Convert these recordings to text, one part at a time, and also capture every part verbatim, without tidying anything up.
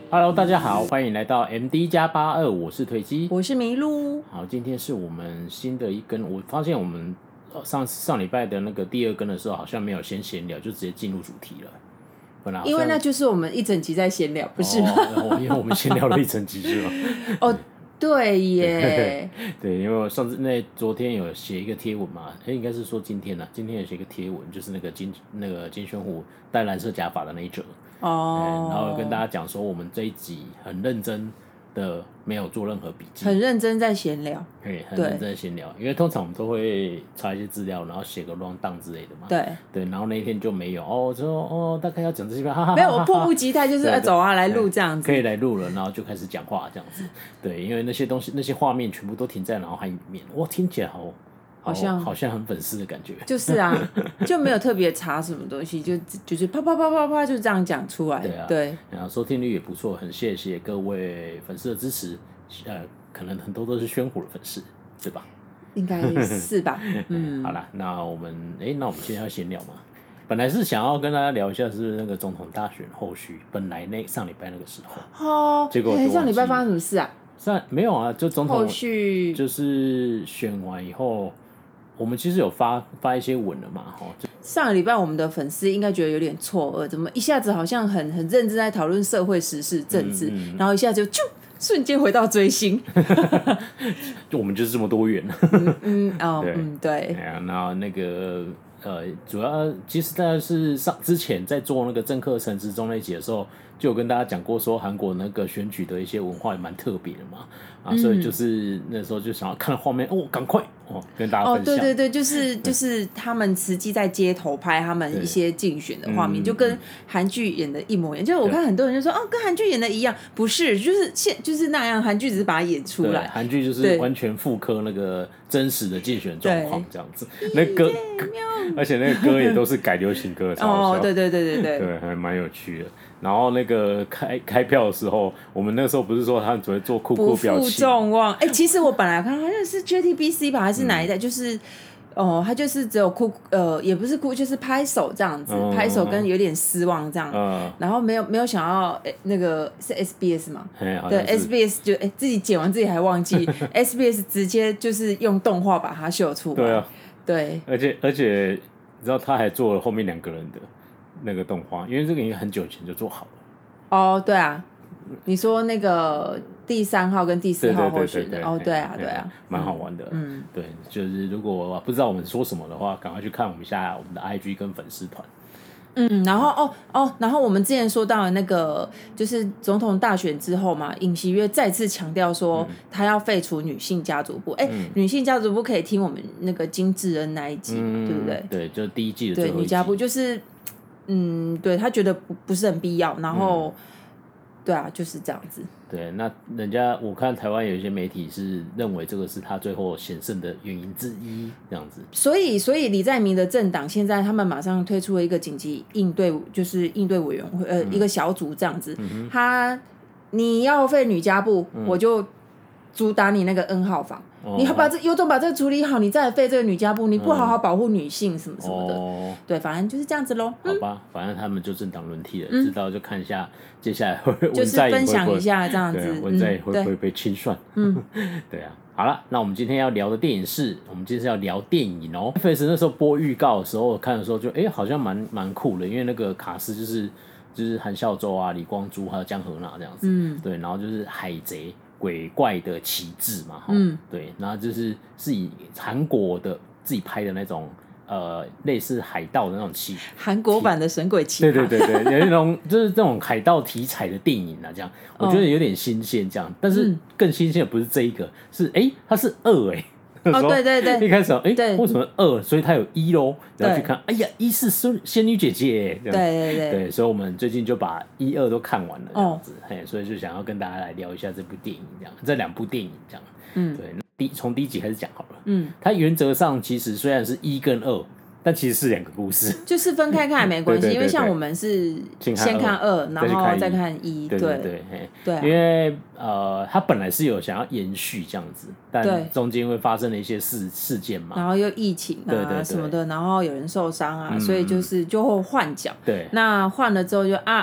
Hello， 大家好，欢迎来到 M D 加八二，我是推机， 我是麋鹿。 好，今天是我们新的一根，我发现我们上上礼拜的那个第二根的时候，好像没有先闲聊，就直接进入主题了。本来因为那就是我们一整集在闲聊，不是吗？ 哦，因为我们闲聊了一整集是吗？ 哦，对耶。 对，因为我上次那昨天有写一个贴文嘛，哎，应该是说今天呢、啊，今天有写一个贴文，就是那个金那个金宣虎戴蓝色假发的那一则。 哦， 然后跟大家讲说，我们这一集很认真的，没有做任何笔记， 很认真在闲聊， 对，很认真在闲聊，因为通常我们都会查一些资料，然后写个 round down 之类的嘛， 对对，然后那一天就没有，哦，就说哦，大概要讲这些吧，哈哈哈哈， 没有，我迫不及待，就是要走啊，来录这样子， 可以来录了，然后就开始讲话这样子，对，因为那些东西那些画面全部都停在脑海里面，哇，听起来好。 好像好像很粉丝的感觉， 就是啊，就没有特别查什么东西，就就是啪啪啪啪啪就这样讲出来， 对啊， 对， 然后收听率也不错，很谢谢各位粉丝的支持，呃，可能很多都是宣虎的粉丝，对吧？ 应该是吧，嗯， 好啦，那我们哎，那我们今天要闲聊嘛？本来是想要跟大家聊一下是那个总统大选后续，本来那上礼拜那个时候， 哦， 结果上礼拜发生什么事啊？ 上没有啊，就总统后续就是选完以后。我们其实有发发一些文了嘛，哈。 上个礼拜我们的粉丝应该觉得有点错愕，怎么一下子好像很很认真在讨论社会时事政治，嗯嗯、然后一下就就瞬间回到追星， 就我们就是这么多元。 嗯嗯哦对嗯对。 哎呀，那那个呃，主要其实大家是上之前在做那个政客陈时中那一集的时候，就有跟大家讲过说韩国那个选举的一些文化也蛮特别的嘛，啊，所以就是那时候就想要看到画面，哦，赶快哦跟大家分享。 哦，对对对，就是就是他们实际在街头拍他们一些竞选的画面，就跟韩剧演的一模一样。就是我看很多人就说，哦，跟韩剧演的一样，不是，就是现就是那样，韩剧只是把它演出来， 韩剧就是完全复刻那个真实的竞选状况这样子。那歌，而且那个歌也都是改流行歌，超好笑。 哦，对对对对对， 对，还蛮有趣的。然后那个开开票的时候，我们那时候不是说他只会做酷酷表情， 不负众望。哎、欸，其实我本来看好像是 J T B C 吧，还是哪一代，嗯、就是哦，他就是只有哭，呃，也不是哭，就是拍手这样子，嗯、拍手跟有点失望这样。嗯、然后没有没有想要，欸、那个是 S B S 嘛？对 ，S B S 就哎、欸、自己剪完自己还忘记，S B S 直接就是用动画把它秀出来。 对啊， 对， 而且而且你知道他还做了后面两个人的那个动画，因为这个已经很久以前就做好了。 哦，对啊，你说那个第三号跟第四号候选人，哦，对啊，对啊， 蛮好玩的。嗯，对，就是如果不知道我们说什么的话，赶快去看我们一下我们的 I G 跟粉丝团。 嗯，然后哦哦，然后我们之前说到的那个，就是总统大选之后嘛，尹锡悦再次强调说他要废除女性家族部。哎、嗯，女性家族部可以听我们那个金智恩那一集，嗯、对不对？ 对，就是第一季的最后一集。 对，女家部就是。嗯，对他觉得不不是很必要，然后、嗯、对啊，就是这样子。 对，那人家我看台湾有一些媒体是认为这个是他最后险胜的原因之一，这样子。 所以，所以李在明的政党现在他们马上推出了一个紧急应对，就是应对委员会，呃，嗯、一个小组这样子。嗯、他你要废女家部，嗯、我就阻打你那个 N 号房。哦、你要把这有种把这个处理好，你再来废这个女家部，你不好好保护女性什么什么的，哦、对，反正就是这样子咯。 好吧，嗯、反正他们就政党轮替了，嗯、知道就看一下接下来会就是分享一下这样子， 文在寅会不会被清算？嗯，对啊。好了，那我们今天要聊的电影是，我们今天是要聊电影哦。Netflix 那时候播预告的时候，看的时候就哎、欸、好像蛮蛮酷的，因为那个卡司就是就是韩孝周啊、李光洙还有江河娜这样子，嗯，对，然后就是海贼。鬼怪的旗帜嘛，嗯，对，然后就是是以韩国的自己拍的那种，呃，类似海盗的那种旗， 韩国版的神鬼奇对对对对，有那种就是这种海盗题材的电影啊，这样，我觉得有点新鲜，这样，但是更新鲜的不是这一个，是哎、欸，它是二哎、欸。 哦，对对对， 一开始哎、欸，为什么二？所以它有一咯，然后去看，哎呀，一是仙女姐姐， 对对对， 对，所以我们最近就把一二都看完了，这样子，嘿、哦，所以就想要跟大家来聊一下这部电影，这样，这两部电影这样，嗯，对，第从第一集开始讲好了，嗯，它原则上其实虽然是一跟二。但其实是两个故事， 就是分开看也没关系，对对对对，因为像我们是先看二，然后再看一， 对对对对，因为呃，他本来是有想要延续这样子，但中间会发生了一些事事件嘛， 然后又疫情啊对对对什么的，然后有人受伤啊，嗯、所以就是就会换角， 对， 那换了之后就啊。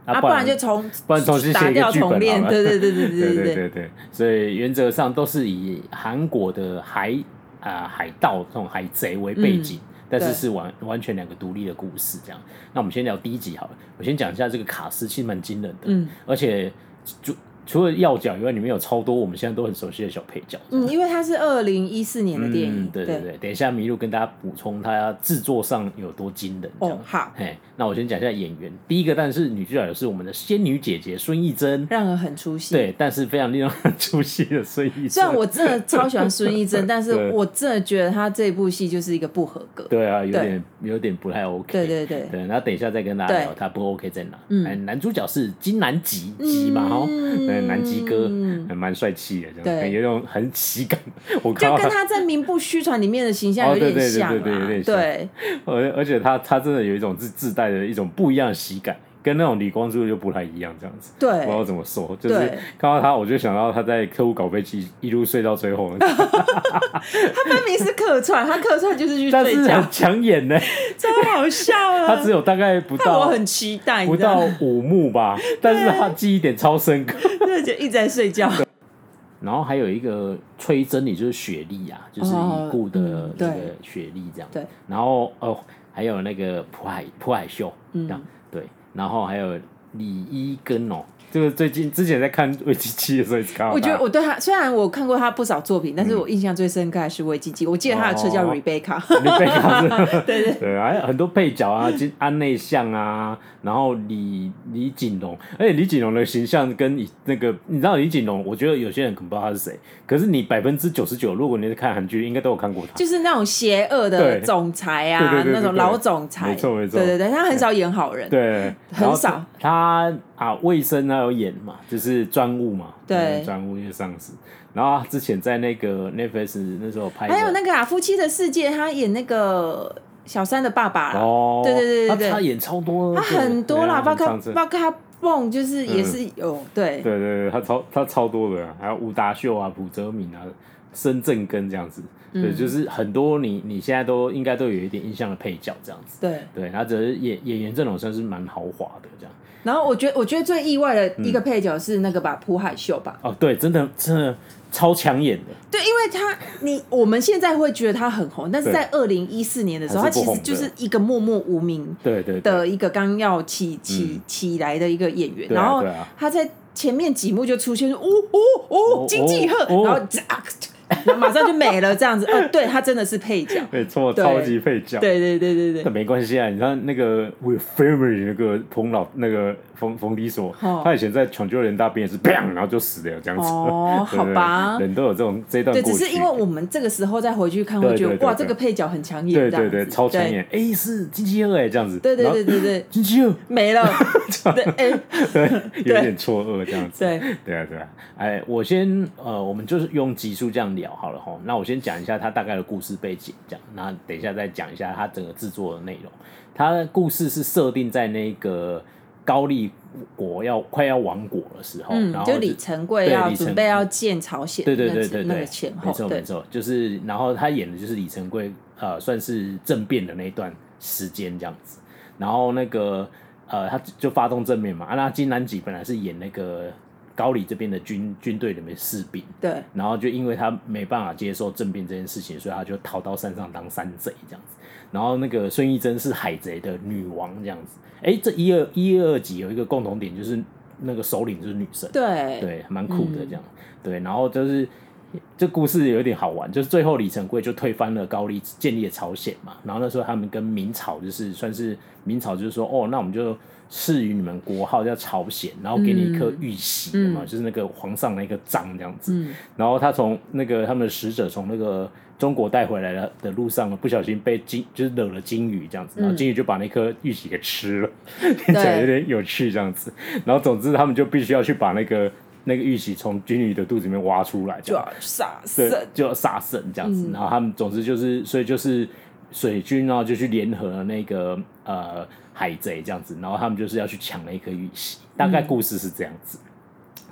啊，不然就从不然重新写一个剧本好了， 对对对对对对对对对，所以原则上都是以韩国的海啊、呃、海盗这种海贼为背景。嗯，但是是完完全两个独立的故事，这样。那我们先聊第一集好了，我先讲一下这个卡斯，其实蛮惊人的，嗯，而且就除了要角以外，里面有超多我们现在都很熟悉的小配角。 嗯，因为它是二零一四年的电影、 嗯。对对 对, 对，等一下麋鹿跟大家补充它制作上有多惊人。 哦，好。 嘿，那我先讲一下演员。第一个当然是女主角是我们的仙女姐姐孙艺珍， 让人很出戏。 对，但是非常令人很出戏的孙艺珍。 虽然我真的超喜欢孙艺珍，但是我真的觉得她这部戏就是一个不合格。 对啊，有点有点不太 OK。 对对对。 对，然后等一下再跟大家聊她不 OK 在哪。嗯，男主角是金南吉吉嘛，哈、嗯，对，南吉哥。嗯，蛮帅气的，这样有一种很喜感。我看就跟他在《名不虚传》里面的形象有点像、啊哦、对对对对对，有点像。对， 而而且他他真的有一种自自带的一种不一样的喜感。跟那种李光洙就不太一样，这样子， 对， 不知道怎么说，就是看到他，我就想到他在客户搞飞机一路睡到最后。他分明是客串，他客串就是去睡觉， 但是很抢眼呢， 超好笑啊！ 他只有大概不到， 我很期待， 不到五幕吧，但是他记忆点超深刻， 对，就一直在睡觉。 然后还有一个崔真理，就是雪莉啊，就是已故的那个雪莉这样， 对。 然后哦，还有那个朴海朴海秀，嗯，对。然后还有李一根哦，这个最近之前在看《危机七》的时候一直看到他。 我觉得我对他，虽然我看过他不少作品，但是我印象最深刻还是《危机七》。我记得他的车叫 Rebecca，Rebecca 对对对，还有很多配角啊，安内向啊，然后李李锦龙，而且李锦龙的形象跟那个你知道李锦龙，我觉得有些人可能不知道他是谁，可是你百分之九十九，如果你是看韩剧，应该都有看过他， 就是那种邪恶的总裁啊，对对对对对，那种老总裁， 没错没错， 对对对，他很少演好人， 对， 很少。 他啊，卫生他有演嘛，就是专务嘛，对，专务一个上司。然后他之前在那个 Netflix 那时候拍， 还有那个啊，《夫妻的世界》，他演那个小三的爸爸啦。哦，对对对对对， 他演超多， 他很多啦，包括包括他蹦，就是也是有、嗯、对对对对，他超他超多的、啊，还有吴达秀啊、朴哲敏啊、申正根这样子。对，就是很多你你现在都应该都有一点印象的配角这样子。 对对，然后只是演演员阵容算是蛮豪华的这样。 然后我觉得我觉得最意外的一个配角是那个吧，朴海秀吧。 哦，对，真的真的超抢眼的。 对，因为他你我们现在会觉得他很红，但是在二零一四年的时候，他其实就是一个默默无名对对的一个刚要起起、嗯、起来的一个演员。啊、然后他在前面几幕就出现，哦哦哦，金继鹤，然后啊。然后马上就没了，这样子。呃，对他真的是配角， 没错，超级配角。 对对对对对， 但没关系啊。你看那个《With Family》那个彭老那个冯冯迪索，哦、他以前在《抢救人大兵》也是砰，然后就死了这样子。 哦，好吧， 人都有这种这一段过去。 对，只是因为我们这个时候再回去看，会觉得哇，这个配角很抢眼， 对对对，超抢眼。哎，是金基赫哎，这样子。 对对对对对， 金基赫没了。对，哎， 对，有点错愕这样子。 对对啊对啊，哎，我先呃，我们就是用集数这样聊好了哈。那我先讲一下他大概的故事背景，这样，那等一下再讲一下他整个制作的内容。他的故事是设定在那个高丽国要快要亡国的时候， 嗯， 然后就李成桂要准备要建朝鲜， 对对对对对， 那个前后， 没错没错，就是然后他演的就是李成桂，呃，算是政变的那一段时间这样子，然后那个呃，他就发动政变嘛，啊，那金南吉本来是演那个。高丽这边的军军队里面士兵， 对， 然后就因为他没办法接受政变这件事情，所以他就逃到山上当山贼这样子。然后那个孙艺珍是海贼的女王这样子。哎，这一二一二集有一个共同点，就是那个首领就是女生， 对对，蛮酷的这样。嗯、对，然后就是这故事有点好玩，就是最后李成桂就推翻了高丽，建立了朝鲜嘛。然后那时候他们跟明朝就是算是明朝就是说，哦，那我们就。赐予你们国号叫朝鲜，然后给你一颗玉玺嘛、嗯，就是那个皇上的一个章这样子。嗯、然后他从那个他们的使者从那个中国带回来的的路上，不小心被金就是惹了金鱼这样子，然后金鱼就把那颗玉玺给吃了，嗯、听起来有点有趣这样子。然后总之他们就必须要去把那个那个玉玺从金鱼的肚子里面挖出来， 就要杀圣， 就要杀圣这样子。嗯、然后他们总之就是，所以就是水军然后就去联合那个呃。海贼这样子，然后他们就是要去抢那一颗玉玺，大概故事是这样子。嗯、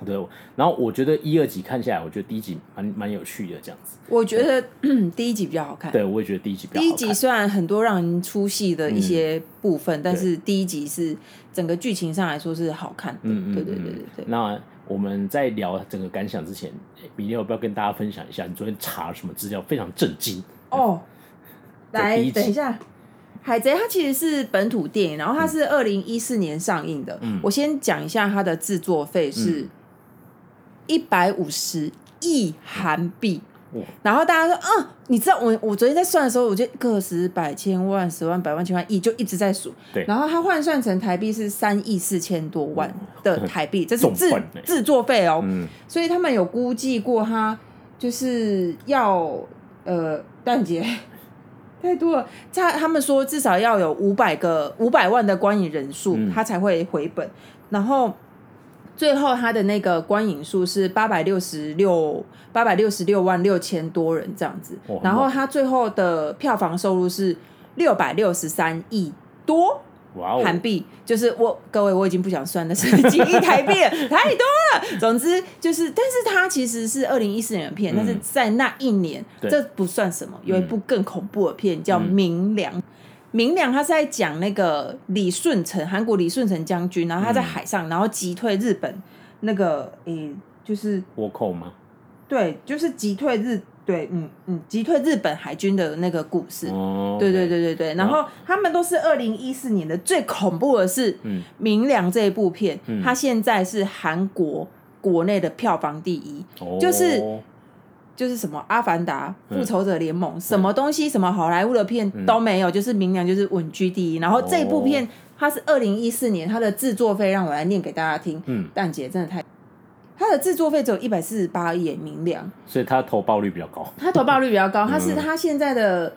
对，然后我觉得一二集看下来，我觉得第一集蛮蛮有趣的这样子。 我觉得第一集比较好看。 对，我也觉得第一集比较好看。 第一集虽然很多让人出戏的一些部分，嗯、但是第一集是整个剧情上来说是好看的。嗯嗯对对对对对。 那我们在聊整个感想之前，米莉要不要跟大家分享一下你昨天查了什么资料？非常震惊哦！来，等一下。海贼它其实是本土电影，然后它是二零一四年上映的。嗯、我先讲一下它的制作费是一百五十亿韩币。嗯、然后大家说，嗯，你知道我我昨天在算的时候，我就个十百千万十万百万千万亿就一直在数。对。然后它换算成台币是三亿四千多万的台币，这是制制作费哦。嗯、所以他们有估计过，它就是要呃，蛋姐。太多了，他他们说至少要有五百个五百万的观影人数，他、嗯、才会回本。然后最后他的那个观影数是八百六十六八百六十六万六千多人这样子。然后他最后的票房收入是六百六十三亿多韩币，就是我各位我已经不想算那是几亿台币了，太多了。总之就是，但是它其实是二零一四年的片，嗯、但是在那一年这不算什么，有一部更恐怖的片叫《明良》。嗯、明良他是在讲那个李舜臣，韩国李舜臣将军，然后他在海上，嗯、然后击退日本那个诶、欸，就是倭寇吗？ 对，就是击退日。对，嗯嗯，击退日本海军的那个故事，哦、对对对对对，然后他们都是二零一四年的。最恐怖的是，嗯，《明良》这一部片，嗯、它现在是韩国国内的票房第一，哦、就是就是什么《阿凡达》《复仇者联盟》嗯、什么东西，什么好莱坞的片都没有，嗯、就是《明良》就是稳居第一。然后这一部片它是二零一四年，它的制作费让我来念给大家听，嗯，蛋姐真的太。它的制作费只有一百四十八亿，明良， 所以它投报率比较高。 它投报率比较高，它是它现在的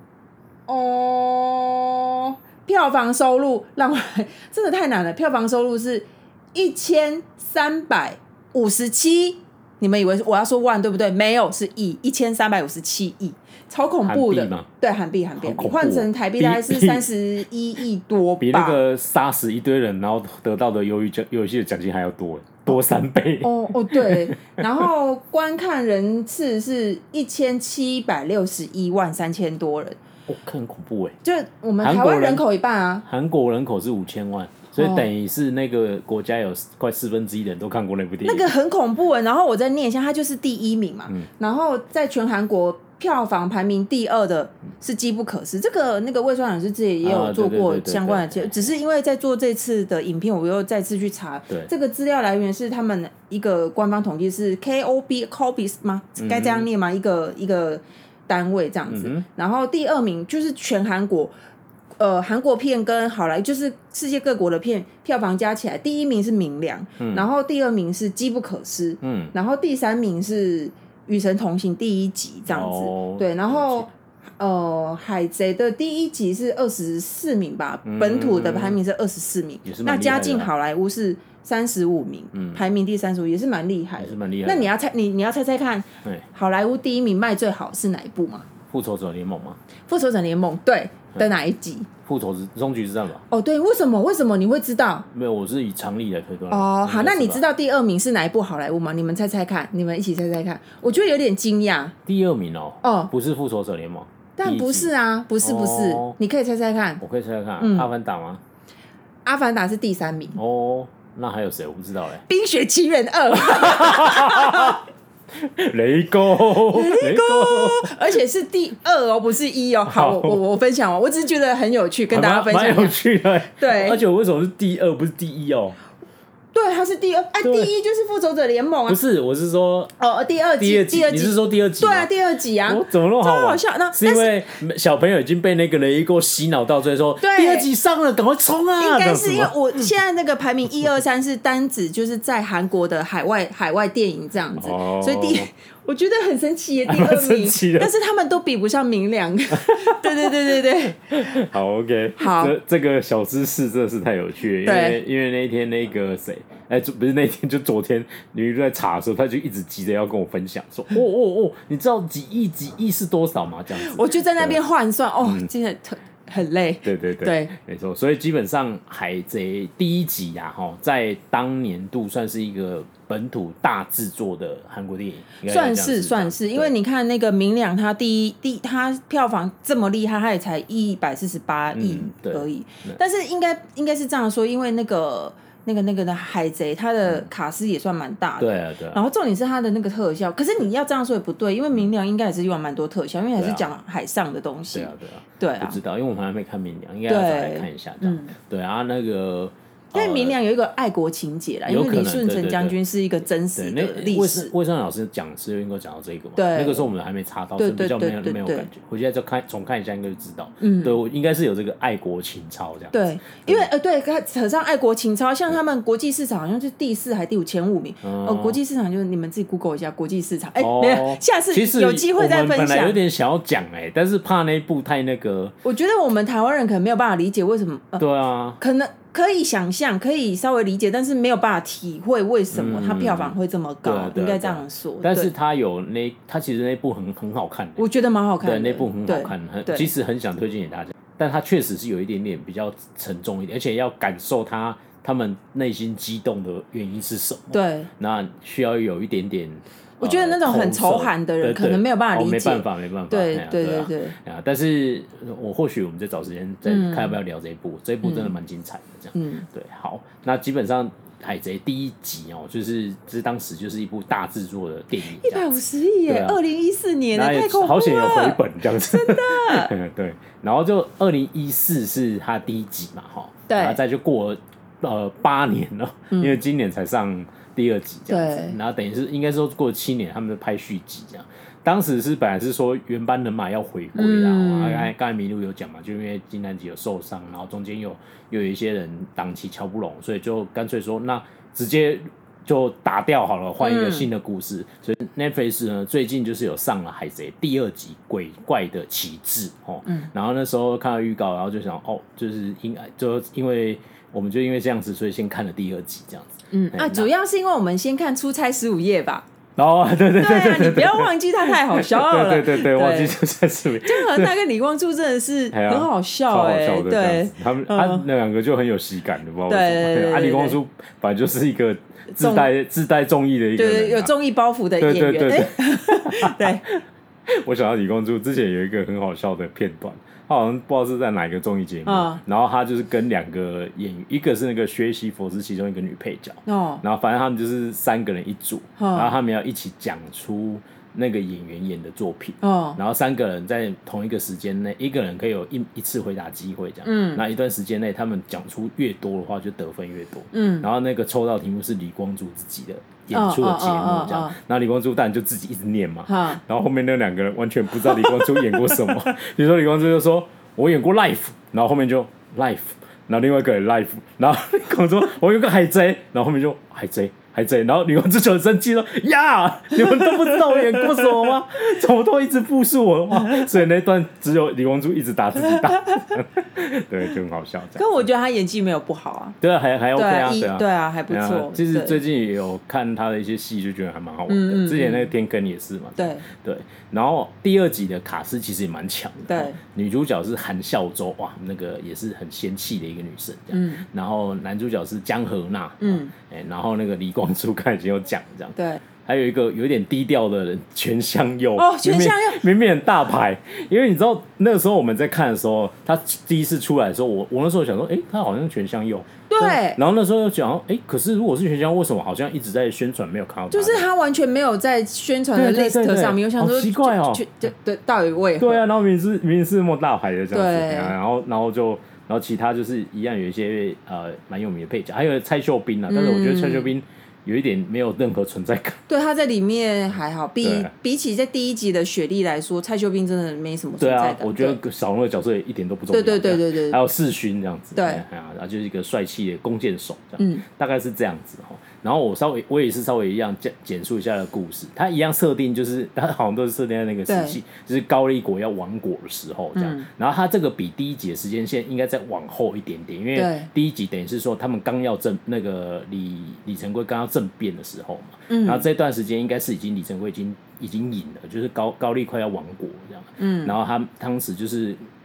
哦票房收入让我真的太难了，票房收入是一千三百五十七。你们以为我要说万对不对？没有，是亿，一千三百五十七亿，超恐怖的。对，韩币韩币，换成台币大概是三十一亿多吧， 比那个杀死一堆人然后得到的鱿鱼奖游戏的奖金还要多。多三倍哦哦对，然后观看人次是一千七百六十一万三千多人， 哦，很恐怖哎！ 就我们台湾人口一半啊， 韩国人口是五千万，所以等于是那个国家有快四分之一的人都看过那部电影， 那个很恐怖哎。然后我再念一下，它就是第一名嘛，嗯、然后在全韩国票房排名第二的是《机不可失》，这个那个魏川老师自己也有做过相关的，只是因为在做这次的影片，我又再次去查，这个资料来源是他们一个官方统计是 K O B C O B S 吗？该这样念吗？一个一个单位这样子。嗯、然后第二名就是全韩国，呃，韩国片跟好莱坞就是世界各国的片票房加起来，第一名是《明良》，嗯、然后第二名是《机不可失》，嗯、然后第三名是。与神同行第一集这样子，哦、对，然后呃，海贼的第一集是二十四名吧，嗯、本土的排名是二十四名，那加进好莱坞是三十五名，嗯、排名第三十五，也是蛮厉害的， 也是蛮厉害的。 那你要猜，你你要猜猜看，好莱坞第一名卖最好是哪一部吗？ 复仇者联盟吗？ 复仇者联盟对的哪一集？ 复仇之终局之战吧。 哦，对，为什么？为什么你会知道？ 没有，我是以常理来推断。 哦，好，那你知道第二名是哪一部好莱坞吗？你们猜猜看，你们一起猜猜看。我觉得有点惊讶。 第二名哦，哦，不是复仇者联盟， 但不是啊，不是不是，哦、你可以猜猜看。 我可以猜猜看，嗯、阿凡达吗？ 阿凡达是第三名。 哦，那还有谁？我不知道嘞。 冰雪奇缘二。 雷公， 雷公，而且是第二哦，不是一哦。好，我我我分享哦，我只是觉得很有趣，跟大家分享。 蛮有趣的， 对。 而且我为什么是第二，不是第一哦？ 对，它是第二，哎，第一就是复仇者联盟啊。 不是，我是说， 哦，第二集， 第二集，你是说第二集？ 对啊，第二集啊。 我怎么那么好玩？ 超好笑，那是因为小朋友已经被那个雷公洗脑到，所以说第二集上了，赶快冲啊！ 应该是因为我现在那个排名一二三是单指就是在韩国的海外海外电影这样子，所以第。我觉得很神奇耶，第二名，但是他们都比不上明良。对对对对对。 好 ，OK， 好， 这这个小知识真的是太有趣了，因为因为那一天那个谁，哎，不是那一天，就昨天女在查的时候，他就一直急着要跟我分享，说，哦哦哦，你知道几亿几亿是多少吗？这样子， 我就在那边换算，哦，真的特。 很累。 对对对， 对没错。所以基本上海贼第一集啊，在当年度算是一个本土大制作的韩国电影， 算是算是，因为你看那个明良，他第一第他票房这么厉害，他也才一百四十八亿而已。嗯、但是应该应该是这样说，因为那个。那个那个的海贼，他的卡司也算蛮大的， 对啊对啊。 然后重点是他的那个特效，可是你要这样说也不对，因为明良应该也是用蛮多特效，因为还是讲海上的东西。对啊对啊， 对啊， 不知道，因为我们还没看明良，应该要再来看一下。嗯，对啊，那个。 因为明良有一个爱国情节啦，因为李舜臣将军是一个真实的历史。 魏尚老师讲是应该讲到这个嘛？ 对， 那个时候我们还没查到，所以比较没有没有感觉。我现在再看重看一下，应该就知道。嗯，对，我应该是有这个爱国情操这样。 对，因为呃，对，扯上爱国情操，像他们国际市场好像是第四还第五前五名。哦，国际市场就是你们自己 Google 一下国际市场。哎，没有，下次有机会再分享。 本来有点想要讲哎，但是怕那一部太那个。 我觉得我们台湾人可能没有办法理解为什么。 对啊， 可能。可以想象，可以稍微理解，但是没有办法体会为什么它票房会这么高，嗯、应该这样说。 但是它有那，它其实那部很很好看的， 我觉得蛮好看的， 对，那部很好看，很其实很想推荐给大家。但它确实是有一点点比较沉重一点，而且要感受它他们内心激动的原因是什么。 对， 那需要有一点点。 我觉得那种很仇韩的人可能没有办法理解， 没办法，没办法。 对对对对啊！但是我或许我们再找时间再看要不要聊这一部，这一部真的蛮精彩的，这样。嗯，对，好，那基本上海贼第一集哦，就是就是当时就是一部大制作的电影， 一百五十亿耶，二零一四年，太恐怖了， 好险有回本这样子， 真的。 对，然后就二零一四是他第一集嘛，哈， 对， 然后再就过了呃八年了，因为今年才上。第二集这样子，然后等于是应该说过了七年，他们就拍续集这样。当时是本来是说原班人马要回归啦，嗯、刚才刚才麋鹿有讲嘛，就因为金南吉有受伤，然后中间又又有一些人档期瞧不拢，所以就干脆说那直接就打掉好了，换一个新的故事。嗯、所以 Netflix 呢最近就是有上了《海贼》第二集《鬼怪的旗帜》哦，嗯、然后那时候看到预告，然后就想哦，就是应该就因为我们就因为这样子，所以先看了第二集这样子。 嗯啊，主要是因为我们先看《出差十五夜》吧。 哦，对对对 对, 对, 对啊，你不要忘记他太好笑了。 对对对对，忘记出差十五夜。 江河那跟李光洙真的是很好笑哎、欸，对， 他们、嗯、他那两个就很有喜感的，不知道为什么。对对对对，啊，李光洙本来就是一个自带自带综艺的一个人、啊， 对，有综艺包袱的演员。对对对对，对我想到李光洙之前有一个很好笑的片段。他好像不知道是在哪一个综艺节目，哦、然后他就是跟两个演员，一个是那个薛西佛是其中一个女配角，哦、然后反正他们就是三个人一组，哦、然后他们要一起讲出那个演员演的作品，哦、然后三个人在同一个时间内，一个人可以有一一次回答机会这样，嗯，然后一段时间内他们讲出越多的话就得分越多，嗯，然后那个抽到题目是李光洙自己的演出的节目这样，然后李光洙当然就自己一直念嘛，然后后面那两个人完全不知道李光洙演过什么，比如说李光洙就说我演过 Life， 然后后面就 Life， 然后另外一个人 Life， 然后李光洙说我有个海贼，然后后面就海贼海贼，然后李光洙就很生气说呀，你们都不知道我演过什么吗？怎么都一直复述我的话？所以那段只有李光洙一直打自己打，对，就很好笑。 可我觉得他演技没有不好啊， 对啊，还还 OK 啊，对啊， 对啊，还不错。 其实最近也有看他的一些戏，就觉得还蛮好玩的。嗯嗯嗯，之前那个天坑也是嘛， 对对。然后第二集的卡斯其实也蛮强的， 对， 女主角是韩孝周，哇，那个也是很仙气的一个女生，这样。嗯、然后男主角是江河娜，嗯，哎，然后那个李光洙刚才已经有讲这样， 对。 还有一个有点低调的人，全相佑哦，全相佑明明很大牌，因为你知道那个时候我们在看的时候，他第一次出来的时候，我我那时候想说，哎、欸，他好像全相佑， 对。 然后那时候又讲，哎、欸，可是如果是全相佑，为什么好像一直在宣传没有看到他？ 就是他完全没有在宣传的 list 上面，我想说好奇怪哦， 对对，到底为何？ 对啊，然后明明是明明是那么大牌的这样子，对啊、然后然后就然后其他就是一样有一些呃蛮有名的配角，还有蔡秀彬啊，但是我觉得蔡秀彬。有一点没有任何存在感， 对，他在里面还好，比比起在第一集的雪莉来说，蔡秀彬真的没什么存在感。 对啊，我觉得小龙的角色也一点都不重要。 对对对对对， 还有世勋这样子， 对， 然后就是一个帅气的弓箭手，这样，嗯，大概是这样子哈。然后我稍微我也是稍微一样简简述一下的故事，它一样设定就是它好像都是设定在那个时期，就是高丽国要亡国的时候这样。嗯、然后它这个比第一集的时间线应该再往后一点点，因为第一集等于是说他们刚要政那个李李成桂刚要政变的时候嘛，嗯、然后这段时间应该是已经李成桂已经已经赢了，就是高高丽快要亡国这样。嗯，然后他当时就是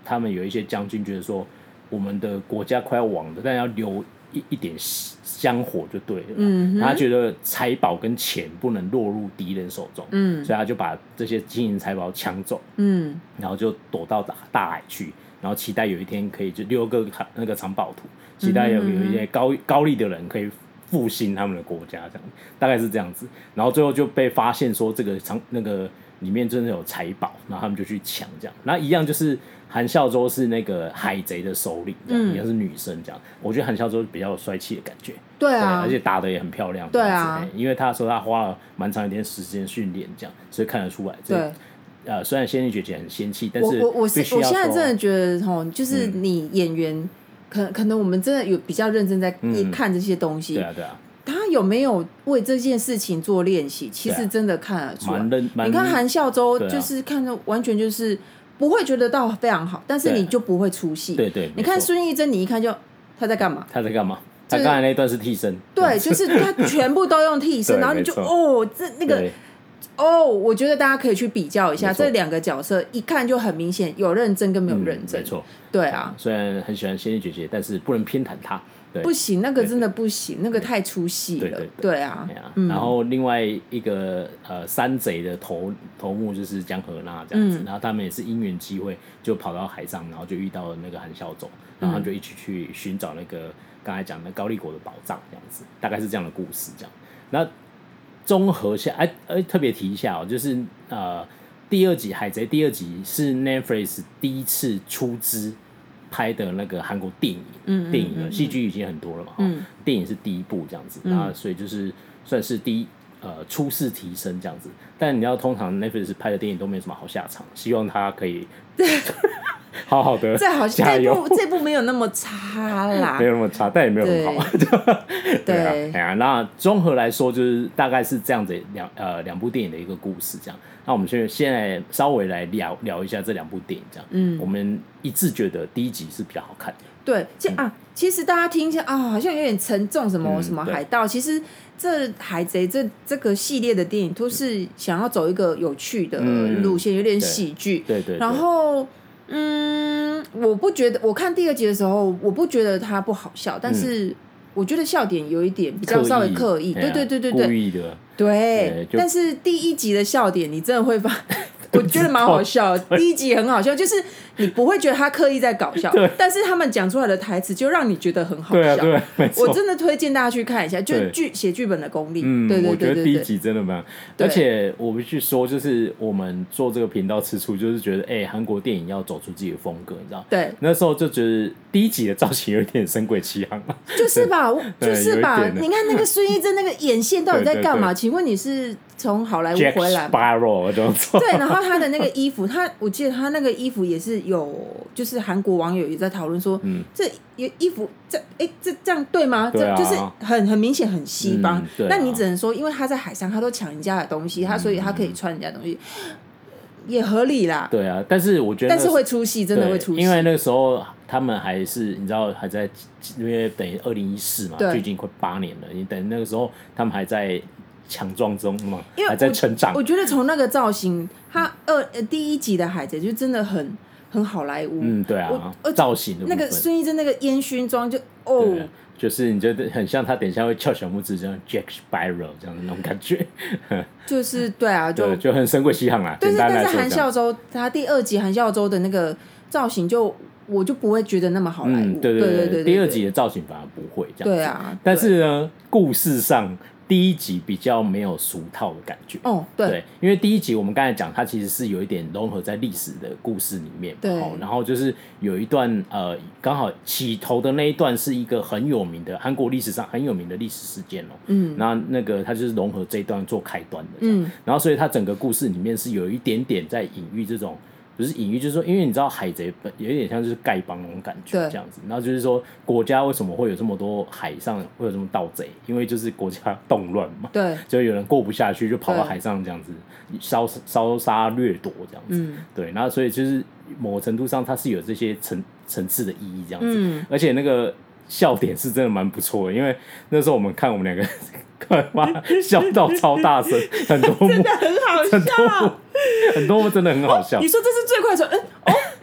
他们有一些将军觉得说，我们的国家快要亡了，但要留一一点香火就对了。嗯，他觉得财宝跟钱不能落入敌人手中，嗯，所以他就把这些金银财宝抢走，嗯，然后就躲到大大海去，然后期待有一天可以就留个那个藏宝图，期待有有一些高高丽的人可以复兴他们的国家，这样大概是这样子。然后最后就被发现说这个藏那个里面真的有财宝，然后他们就去抢这样。然后一样就是韩孝周是那个海贼的首领，这样，也、嗯、是女生这样。我觉得韩孝周比较有帅气的感觉， 对啊， 对，而且打得也很漂亮， 对啊， 因为他说他花了蛮长一点时间训练，这样，所以看得出来。对。呃，虽然仙女姐姐很仙气，但是我我我是我现在真的觉得吼，就是你演员，嗯、可可能我们真的有比较认真在看这些东西，嗯、 对啊对啊。 他有没有为这件事情做练习？其实真的看得出来。你看韩孝周，就是看着完全就是不会觉得到非常好，但是你就不会出戏。 对 对, 对。 你看孙艺珍，你一看就他在干嘛？ 他在干嘛？他刚才那一段是替身。 对，就是他全部都用替身，然后你就哦，这那个。哦，我觉得大家可以去比较一下这两个角色，一看就很明显有认真跟没有认真。 嗯、没错， 对啊。 虽然很喜欢仙女姐姐，但是不能偏袒她。 不行，那个真的不行，那个太出戏了。对, 对, 对, 对啊。对啊嗯、然后另外一个呃山贼的头头目就是江河那这样子、嗯，然后他们也是因缘机会就跑到海上，然后就遇到了那个韩孝周，然后他们就一起去寻找那个刚才讲的高丽国的宝藏，这样子，大概是这样的故事这样。那综合下，哎、哎，特别提一下哦，就是呃，第二集《海贼》第二集是 Netflix 第一次出资拍的那个韩国电影，嗯嗯嗯电影了，戏剧已经很多了嘛，嗯、电影是第一部这样子，然后所以就是算是第一呃初试提升这样子。但你要通常 Netflix 拍的电影都没有什么好下场，希望他可以好好的加油。 这部这部没有那么差啦， 没有那么差，但也没有很好。对, 对啊，啊，那综合来说，就是大概是这样子两呃两部电影的一个故事这样。那我们现现在稍微来聊聊一下这两部电影这样。嗯，我们一致觉得第一集是比较好看的。 对，其、嗯、啊，其实大家听一下啊，好像有点沉重，什么、嗯、什么海盗，其实这海贼这这个系列的电影都是想要走一个有趣的路线，嗯、有点喜剧。 对 对, 对。 然后，嗯，我不觉得，我看第二集的时候，我不觉得它不好笑，但是我觉得笑点有一点比较稍微刻意。对对对对对， 故意的。 对，但是第一集的笑点，你真的会发。我觉得蛮好笑的，第一集很好笑，就是你不会觉得他刻意在搞笑，但是他们讲出来的台词就让你觉得很好笑。 对啊，对啊，没错。 我真的推荐大家去看一下，就剧写剧本的功力。 嗯， 对对对对对， 我觉得第一集真的蛮，而且我必须说，就是我们做这个频道吃醋，就是觉得哎，韩国电影要走出自己的风格，你知道？ 对。 那时候就觉得第一集的造型有点神鬼奇航， 就是吧，就是吧。你看那个孙艺珍那个眼线到底在干嘛？请问你是从好莱坞回来 Jack Sparrow 这种对，然后他的那个衣服，他我记得他那个衣服也是有，就是韩国网友也在讨论说，嗯、这衣服这哎这这样对吗？对啊、这就是很很明显很西方。嗯啊、那你只能说，因为他在海上，他都抢人家的东西，他所以他可以穿人家的东西，也合理啦。 对啊，但是我觉得， 但是会出戏，真的会出戏， 因为那个时候他们还是你知道还在，因为等于二零一四嘛，距今快八年了，你等于那个时候他们还在。强壮中嘛，还在成长。 我觉得从那个造型，他二第一集的海贼就真的很很好莱坞。 嗯，对啊，造型的部分那个孙艺珍那个烟熏妆就哦， 就是你觉得很像他等一下会翘小拇指这样 Jack Sparrow 这样的那种感觉。 就是对啊，就就很神鬼奇航啦。 但是但是韩孝周他第二集韩孝周的那个造型就。我就不会觉得那么好莱坞、嗯， 对对 对, 对, 对, 对, 对，第二集的造型反而不会这样子。 对啊， 但是呢，故事上第一集比较没有俗套的感觉。 哦，对， 对，因为第一集我们刚才讲，它其实是有一点融合在历史的故事里面。 对、 哦，然后就是有一段呃，刚好起头的那一段是一个很有名的韩国历史上很有名的历史事件哦。嗯，然后那个它就是融合这一段做开端的。嗯，然后所以它整个故事里面是有一点点在隐喻这种。不是隐喻，就是说，因为你知道海贼有一点像就是丐帮那种感觉这样子，然后就是说国家为什么会有这么多海上会有这么盗贼？因为就是国家动乱嘛， 对， 就有人过不下去，就跑到海上这样子烧烧杀掠夺这样子，嗯、对，然后所以就是某个程度上它是有这些层层次的意义这样子，嗯、而且那个笑点是真的蛮不错的，因为那时候我们看我们两个。哇，笑到超大声，很多幕真的很好笑， 很多幕真的很好笑。 你说这是最快的时候，嗯哦，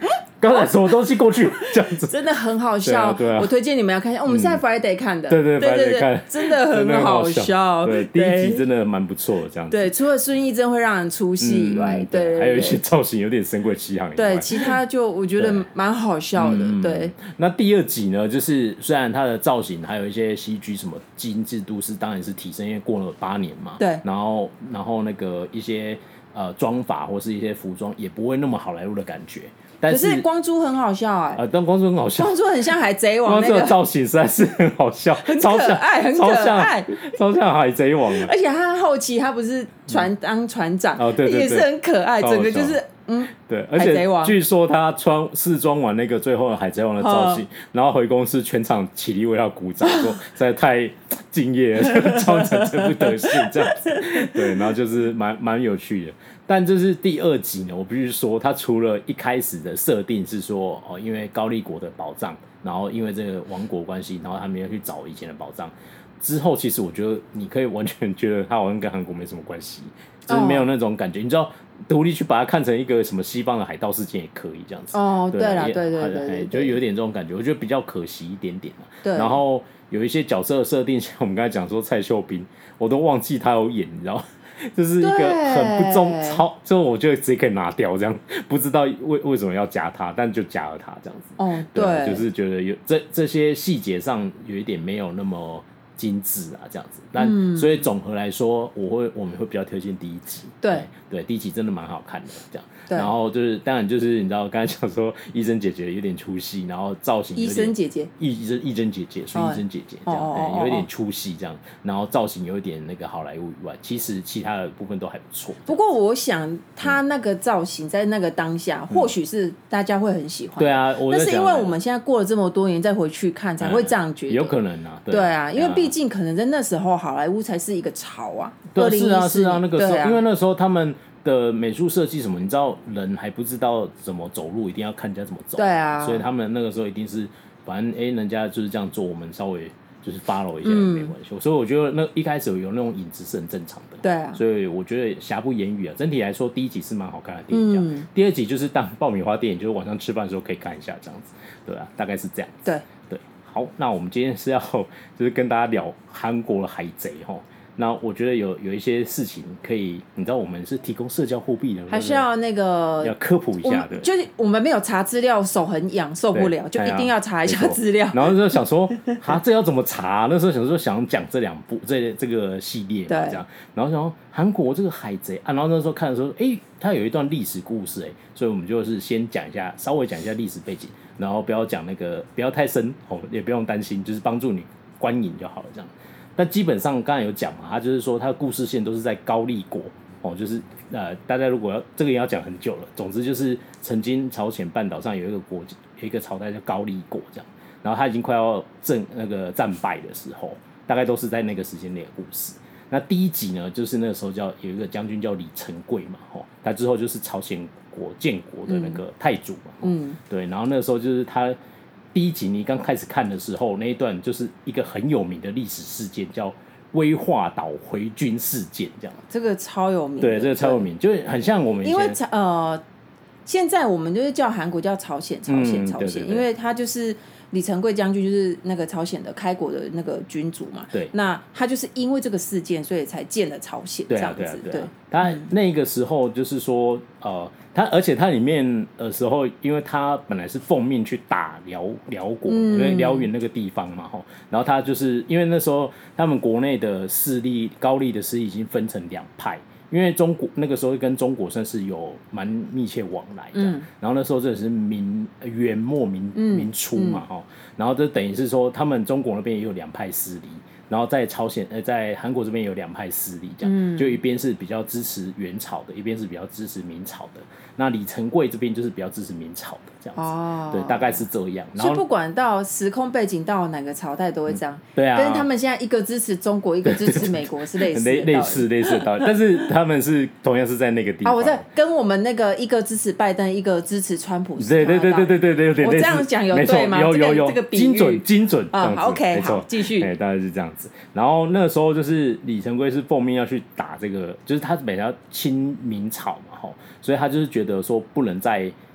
刚才什么东西过去这样子， 真的很好笑。 对啊对啊， 我推荐你们要看一下，我们是在 Friday 看的， 对对对对 Friday 看对，真的很好笑。 对，第一集真的蛮不错的这样子。 对，除了孙艺珍会让人出戏以外，对， 还有一些造型有点神鬼奇航以外， 对，其他就我觉得蛮好笑的。对， 那第二集呢，就是虽然它的造型还有一些 C G 什么精致度是当然是提升，因为过了八年嘛， 对， 然后然后那个一些呃妆法或是一些服装也不会那么好莱坞的感觉。可是光洙很好笑哎、欸， 呃，但光洙很好笑， 光洙很像海贼王那个造型，实在是很好笑， 很可爱，很可爱， 超像海贼王的。 而且他后期他不是船当船长， 哦对对对， 也是很可爱，整个就是嗯， 对，而且据说他穿试装完那个最后的海贼王的造型，然后回公司全场起立为他鼓掌，说实在太敬业了，装成这副德行这样子。对，然后就是蛮蛮有趣的。但这是第二集呢，我必须说，他除了一开始的设定是说，哦，因为高丽国的宝藏，然后因为这个王国关系，然后他们要去找以前的宝藏。之后，其实我觉得你可以完全觉得他好像跟韩国没什么关系，就是没有那种感觉。Oh. 你知道，独立去把它看成一个什么西方的海盗事件也可以这样子。 哦，对啦， 对对对 对, 對, 對， 就有点这种感觉，我觉得比较可惜一点点嘛。 对。 然后有一些角色的设定，像我们刚才讲说蔡秀彬，我都忘记他有演，你知道吗？就是一个很不中超，就我觉得直接可以拿掉这样，不知道为为什么要加他，但就加了他这样子。 哦， 对， 对， 就是觉得有这这些细节上有一点没有那么精致啊，这样子。但、嗯、所以总和来说，我会我们会比较推荐第一集。 对对，第一集真的蛮好看的，这样。 对， 然后就是当然就是你知道刚才讲说医生姐姐有点出戏，然后造型有点医生姐姐医生医生姐姐所以医生姐姐这样、 哦欸、有一点出戏这样，然后造型有一点那个好莱坞以外，其实其他的部分都还不错。 不过我想他那个造型在那个当下、嗯、或许是大家会很喜欢。 对啊， 但是因为我们现在过了这么多年再回去看才会这样觉得、嗯、 有可能啊。对啊， 对啊，因为毕竟可能在那时候好莱坞才是一个潮啊。 对，是啊是啊，那个时候、 啊、 因为那时候他们的美术设计什么，你知道人还不知道怎么走路，一定要看人家怎么走。 对啊， 所以他们那个时候一定是，反正哎、欸，人家就是这样做，我们稍微就是 follow 一下也没关系、嗯。所以我觉得那一开始有那种影子是很正常的。 对啊， 所以我觉得瑕不掩瑜啊。整体来说，第一集是蛮好看的电影、嗯，第二集就是当爆米花电影，就是晚上吃饭的时候可以看一下这样子。对啊，大概是这样子。 对对，好，那我们今天是要就是跟大家聊韩国的海贼齁。那我觉得有有一些事情可以，你知道我们是提供社交货币的， 还是要那个要科普一下的， 就是我们没有查资料，手很痒，受不了，就一定要查一下资料。 然后就想说，啊，这要怎么查、啊？那时候想说想讲这两部这这个系列嘛，这样，然后想说韩国这个海贼啊，然后那时候看的时候，哎、欸，它有一段历史故事、欸，哎，所以我们就是先讲一下，稍微讲一下历史背景，然后不要讲那个不要太深哦，也不用担心，就是帮助你观影就好了，这样。但基本上刚才有讲嘛，他就是说他的故事线都是在高丽国哦，就是呃，大家如果要这个也要讲很久了。总之就是曾经朝鲜半岛上有一个国有一个朝代叫高丽国这样，然后他已经快要战那个战败的时候，大概都是在那个时间内的故事。那第一集呢，就是那个时候叫有一个将军叫李成桂嘛，哦，他之后就是朝鲜国建国的那个太祖嘛，嗯，对，然后那个时候就是他。第一集你刚开始看的时候，那一段就是一个很有名的历史事件，叫威化岛回军事件，这样。 这个超有名。 对，这个超有名，就很像我们以前。 因为呃，现在我们就是叫韩国叫朝鲜，朝鲜，朝鲜，因为他就是李成桂将军，就是那个朝鲜的开国的那个君主嘛。 对。 那他就是因为这个事件，所以才建了朝鲜这样子。对啊， 对啊，对啊。他那个时候就是说，呃。他而且他里面的时候，因为他本来是奉命去打辽辽国，因为辽原那个地方嘛，吼，然后他就是因为那时候他们国内的势力高丽的势力已经分成两派，因为中国那个时候跟中国算是有蛮密切往来的，嗯、然后那时候这是明元末明明初嘛，吼、嗯嗯，然后这等于是说他们中国那边也有两派势力。然后在朝鲜呃，在韩国这边有两派势力，这样、嗯、就一边是比较支持元朝的，一边是比较支持明朝的。那李成桂这边就是比较支持明朝的这样子，哦、对，大概是这样。然后所以不管到时空背景到哪个朝代都会这样，嗯、 对啊。 但是他们现在一个支持中国，一个支持美国，是类似类类似类似的道理，但是他们是同样是在那个地方。啊， 我在跟我们那个一个支持拜登，一个支持川普， 对对对对对对对，有点类似。 我这样讲有对吗？ 有有有， 这个比喻精准精准啊、 这样子。 OK， 好，继续。 哎，大概是这样子。然后那个时候就是李成桂是奉命要去打这个，就是他本来要亲明朝嘛，吼，所以他就是觉得说不能再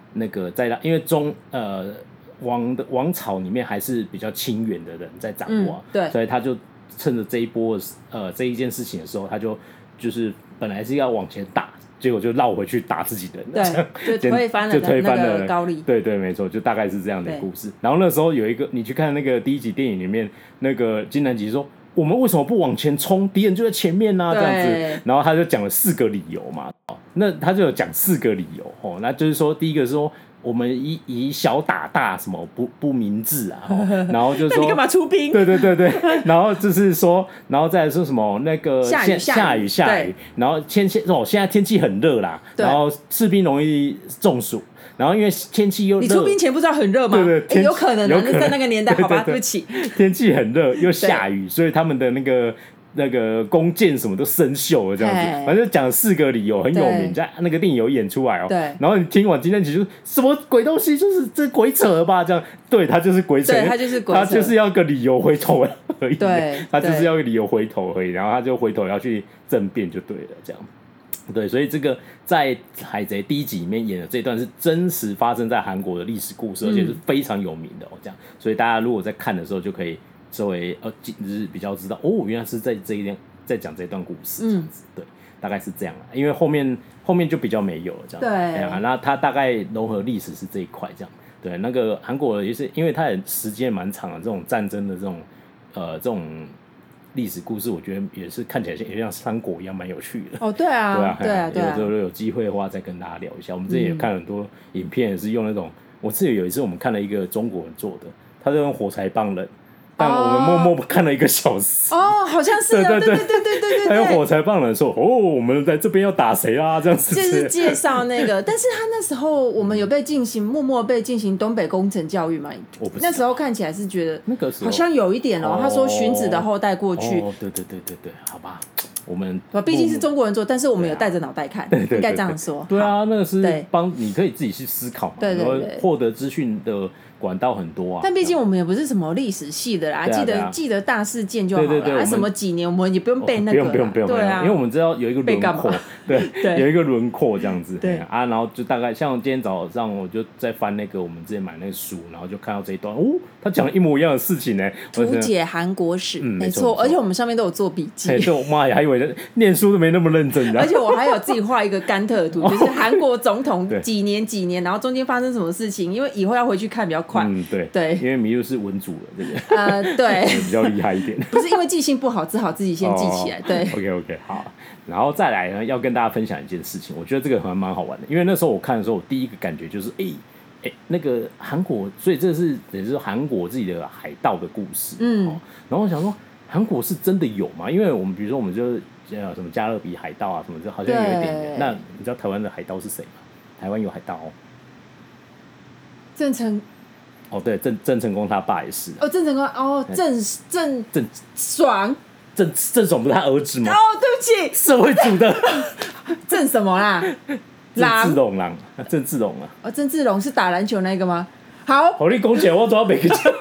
那个在因为中呃王的王朝里面还是比较亲远的人在掌握、啊嗯，对， 所以他就趁着这一波呃这一件事情的时候，他就就是本来是要往前打，结果就绕回去打自己人， 对，就推翻了就推翻了那个高丽， 对对，没错，就大概是这样的故事。然后那时候有一个，你去看那个第一集电影里面，那个金南吉说。我们为什么不往前冲？敌人就在前面啊，这样子。然后他就讲了四个理由嘛，那他就有讲四个理由哦。那就是说，第一个是说我们以以小打大，什么不不明智啊，然后就是说那你干嘛出兵？ 对对对对，然后就是说，然后再来说什么那个下雨下雨下雨，然后天气哦，现在天气很热啦，然后士兵容易中暑。然后因为天气又热， 你出兵前不知道很热吗？ 对对， 有可能啊，那在那个年代，好吧，对不起。 天气很热又下雨，所以他们的那个那个弓箭什么都生锈了，这样子。反正讲了四个理由，很有名，在那个电影有演出来哦。 对。 然后你听完今天其实什么鬼东西，就是这鬼扯了吧？这样，对他就是鬼扯， 对他就是鬼扯， 他就是要个理由回头而已。 对， 他就是要个理由回头而已，然后他就回头要去政变就对了，这样。对，所以这个在海贼第一集里面演的这段是真实发生在韩国的历史故事，而且是非常有名的哦。这样，所以大家如果在看的时候，就可以稍微呃，就是比较知道哦，原来是在这一段在讲这段故事这样子。对，大概是这样啦。因为后面后面就比较没有了这样。 对啊，那它大概融合历史是这一块这样。对，那个韩国也是，因为它的时间蛮长的，这种战争的这种呃这种。历史故事我觉得也是看起来也像三国一样蛮有趣的哦，对啊，对啊，对啊，对啊， 有时候有机会的话再跟大家聊一下。我们之前也看很多影片，也是用那种，我记得有一次我们看了一个中国人做的，他是用火柴帮人，但我们默默看了一个小时。 哦，好像是，对对对对对对对， 他用火柴帮人说：“哦，我们在这边要打谁啊？”这样子。 就是介绍那个，但是他那时候我们有被进行默默被进行东北工程教育嘛？ 我不那时候看起来是觉得那个时候好像有一点哦。他说荀子的后代过去， 哦，对对对对对，好吧。我们毕竟是中国人做，但是我们有带着脑袋看， 对对对对应该这样说。 对啊，那个是帮你可以自己去思考嘛， 对对对， 获得资讯的管道很多啊。 但毕竟我们也不是什么历史系的啦，记得记得大事件就好了。 对对对， 什么几年我们也不用背那个， 不用不用不用， 对啊， 因为我们知道有一个轮廓，对，有一个轮廓这样子。 对啊，然后就大概像今天早上我就在翻那个我们之前买那个书，然后就看到这一段，哦，他讲了一模一样的事情呢， 图解韩国史， 嗯， 没错，而且我们上面都有做笔记。 对，我妈呀，还以为念书都没那么认真， 而且我还有自己画一个甘特图，就是韩国总统几年几年，然后中间发生什么事情，因为以后要回去看比较快。 嗯，对对， 因为麋鹿是文主了，这个呃，对， 比较厉害一点。 不是因为记性不好，只好自己先记起来。对 ，OK OK， 好，然后再来呢，要跟大家分享一件事情，我觉得这个还蛮好玩的，因为那时候我看的时候，我第一个感觉就是，哎、欸、哎、欸，那个韩国，所以这是等于是韩国自己的海盗的故事，嗯，哦、然后我想说，韩国是真的有吗？因为我们比如说我们就是呃什么加勒比海盗啊什么，就好像有一点点。那你知道台湾的海盗是谁吗？台湾有海盗哦， 郑成。 哦，对，郑郑成功他爸也是。 哦，郑成功，哦，郑郑郑爽， 郑郑爽不是他儿子吗？ 哦，对不起， 社会组的郑什么啦？ 郑志龙郎，郑志龙啊。 哦，郑志龙是打篮球那个吗？好， 好，你讲起来我都要每个讲。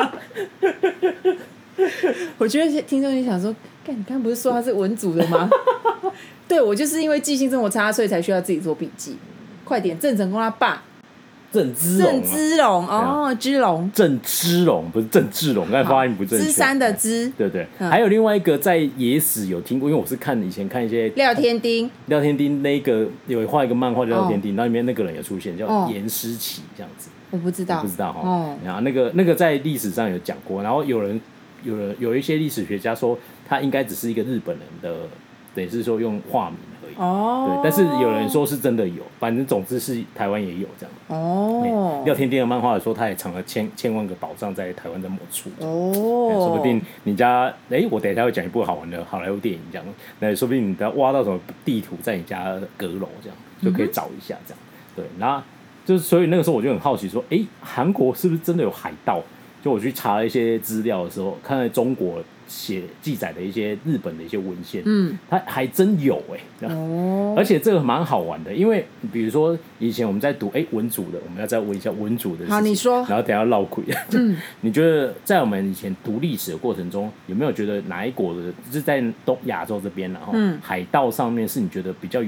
我觉得听众就想说，干，你刚刚不是说他是文组的吗？对，我就是因为记性这么差，所以才需要自己做笔记。快点，郑成功他爸。 郑芝龙、啊， 郑芝龙哦，芝龙， 郑芝龙不是郑志龙，刚才发音不正确。芝山的芝， 对对、嗯。还有另外一个在野史有听过，因为我是看以前看一些廖天丁， 廖天丁那个有画一个漫画叫廖天丁，那、哦、里面那个人也出现，叫严诗琪这样子。 我不知道， 不知道哈。哦、然后那个那个在历史上有讲过，然后有人有人有一些历史学家说，他应该只是一个日本人的，等于是说用化名。哦，对，但是有人说是真的有，反正总之是台湾也有这样。哦，廖天丁的漫画说他也藏了千千万个宝藏在台湾的某处。哦，说不定你家，哎、欸，我等一下会讲一部好玩的好莱坞电影这样，那说不定你要挖到什么地图在你家阁楼这样，就可以找一下这样。嗯、对，然后就是所以那个时候我就很好奇说，哎、欸，韩国是不是真的有海盗？就我去查了一些资料的时候，看到中国写记载的一些日本的一些文献，嗯，它还真有哎、欸，哦，而且这个蛮好玩的，因为比如说以前我们在读哎、欸、文主的，我们要再问一下文主的事情， 好，你说， 然后等一下绕鬼，嗯，你觉得在我们以前读历史的过程中，有没有觉得哪一国的，就是在东亚洲这边然后、嗯、海盗上面是你觉得比较有名的？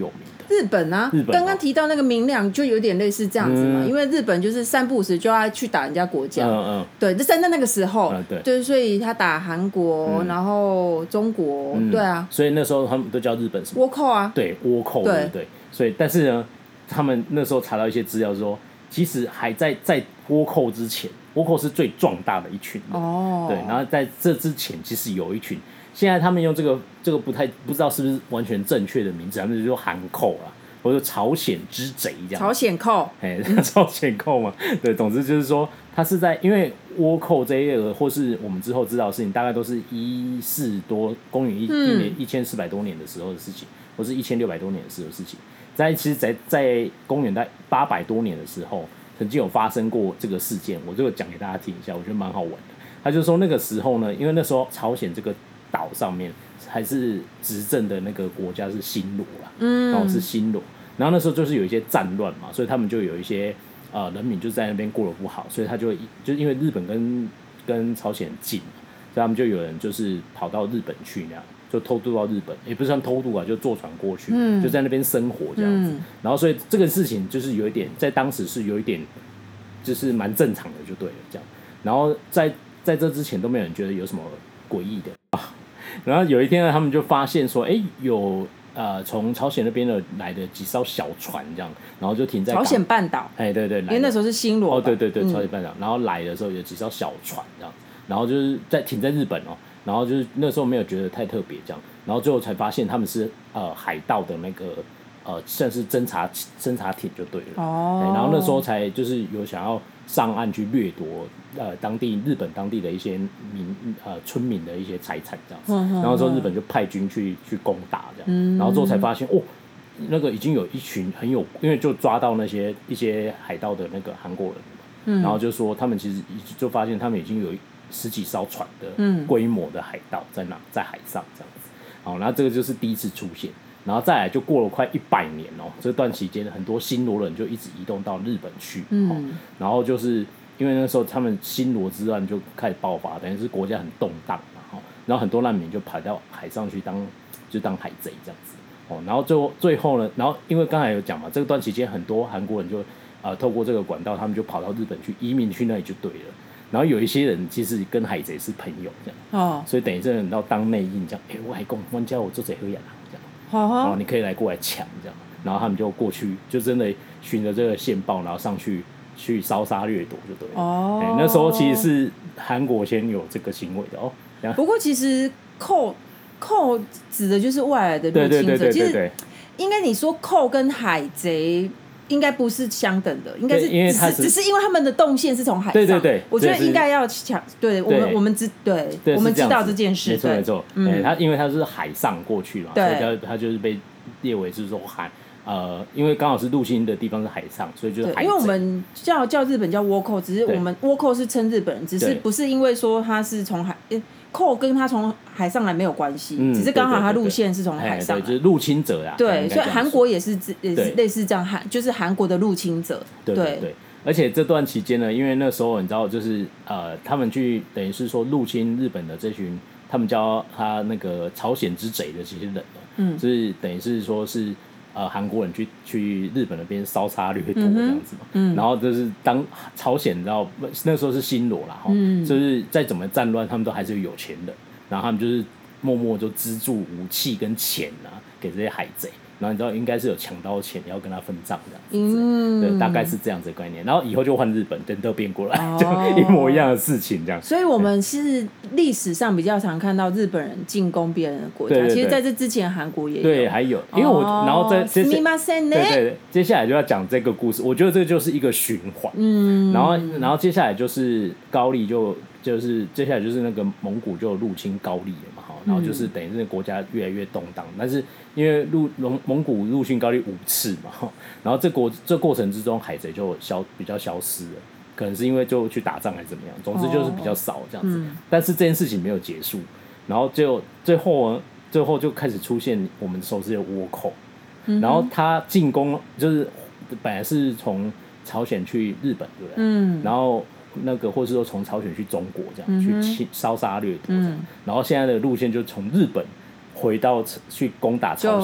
日本啊， 日本刚刚提到那个明亮就有点类似这样子嘛，嗯、因为日本就是三不五时就要去打人家国家，嗯嗯，对，这在那个时候，嗯、对，就是所以他打韩国，嗯、然后中国，嗯、对啊， 所以那时候他们都叫日本什么？ 倭寇啊， 对，倭寇，对对，所以但是呢，他们那时候查到一些资料说，其实还在在倭寇之前，倭寇是最壮大的一群人，哦，对，然后在这之前其实有一群。现在他们用这个这个不太不知道是不是完全正确的名字，他们就说韩寇啦，或者朝鲜之贼这样。 朝鲜寇， 哎，朝鲜寇嘛，对，总之就是说，他是在因为倭寇这一个，或是我们之后知道的事情，大概都是一四多公元一一年一千四百多年的时候的事情，或是一千六百多年的时候的事情。在其实在，在在公元在八百多年的时候，曾经有发生过这个事件，我这个讲给大家听一下，我觉得蛮好玩的。他就说那个时候呢，因为那时候朝鲜这个岛上面还是执政的那个国家是新罗啦，嗯，然后是新罗，然后那时候就是有一些战乱嘛，所以他们就有一些呃人民就在那边过得不好，所以他就就因为日本跟跟朝鲜很近嘛，所以他们就有人就是跑到日本去那样，就偷渡到日本，也不是算偷渡啊，就坐船过去，嗯，就在那边生活这样子，嗯，然后所以这个事情就是有一点在当时是有一点就是蛮正常的就对了这样，然后在在这之前都没有人觉得有什么诡异的。然后有一天呢，他们就发现说，哎，有呃从朝鲜那边的来的几艘小船这样，然后就停在朝鲜半岛， 哎，对对， 因为那时候是新罗， 哦，对对对，朝鲜半岛，嗯，然后来的时候有几艘小船这样，然后就是在停在日本哦，然后就是那时候没有觉得太特别这样，然后最后才发现他们是呃海盗的那个呃算是侦察侦察艇就对了，哦，然后那时候才就是有想要上岸去掠夺呃当地日本当地的一些民呃村民的一些财产这样子，嗯，然后之后日本就派军去去攻打这样，嗯，然后之后才发现哦，那个已经有一群很有，因为就抓到那些一些海盗的那个韩国人，嗯，然后就说他们其实就发现他们已经有十几艘船的规模的海盗在哪在海上这样子，好，然后这个就是第一次出现。然后再来就过了快一百年哦，这段期间很多新罗人就一直移动到日本去，嗯，哦，然后就是因为那时候他们新罗之乱就开始爆发，等于是国家很动荡嘛，哦，然后很多难民就跑到海上去当就当海贼这样子，哦，然后最后最后呢，然后因为刚才有讲嘛，这段期间很多韩国人就呃透过这个管道，他们就跑到日本去移民去那里就对了。然后有一些人其实跟海贼是朋友这样，哦，所以等于是到当内应这样，哎，我还讲我叫我做贼喝呀这样。然后你可以来过来抢这样，然后他们就过去，就真的循着这个线报，然后上去去烧杀掠夺就对了。哦，欸，那时候其实是韩国先有这个行为的哦。 不过其实寇寇指的就是外来的入侵者，对对对对对对，应该你说寇跟海贼应该不是相等的，应该是因为它只是因为他们的动线是从海上， 对对对， 我觉得应该要抢，对我们我们知对，对我们知道这件事， 没错没错，嗯，他因为他是海上过去嘛，所以他他就是被列为是说海。呃，因为刚好是入侵的地方是海上，所以就是海贼。 因为我们叫叫日本叫倭寇，只是我们倭寇是称日本人，只是不是因为说他是从海寇跟他从海上来没有关系，嗯，只是刚好他路线是从海上来， 对，就是入侵者啦。 对，所以韩国也是也是类似这样，韩就是韩国的入侵者。 对对对，而且这段期间呢，因为那时候你知道，就是呃，他们去等于是说入侵日本的这群，他们叫他那个朝鲜之贼的这些人呢，嗯，就是等于是说是。呃，韩国人去去日本那边烧杀掠夺这样子嘛，嗯嗯，然后就是当朝鲜，你知道那时候是新罗啦，嗯，就是再怎么战乱，他们都还是有钱的，然后他们就是默默就资助武器跟钱啊给这些海贼，然后你知道应该是有抢到钱要跟他分账这样子，嗯，对，大概是这样子的概念，然后以后就换日本，人都变过来，哦，就一模一样的事情这样。 所以我们是历史上比较常看到日本人进攻别人的国家，对对对，其实在这之前韩国也有， 对，还有，因为我，哦，然后在接下对对对，接下来就要讲这个故事，我觉得这个就是一个循环，嗯，然后然后接下来就是高丽就就是接下来就是那个蒙古就入侵高丽了嘛，然后就是等于是国家越来越动荡，但是因为入蒙蒙古入侵高丽五次嘛，然后这国这过程之中海贼就消比较消失了，可能是因为就去打仗还是怎么样，总之就是比较少这样子，哦嗯，但是这件事情没有结束，然后就最后呢最后就开始出现我们熟悉的倭寇，嗯，然后他进攻就是本来是从朝鲜去日本对不对？嗯，然后那个或是说从朝鲜去中国这样，嗯，去烧杀掠夺这样，嗯，然后现在的路线就从日本回到去攻打朝鲜，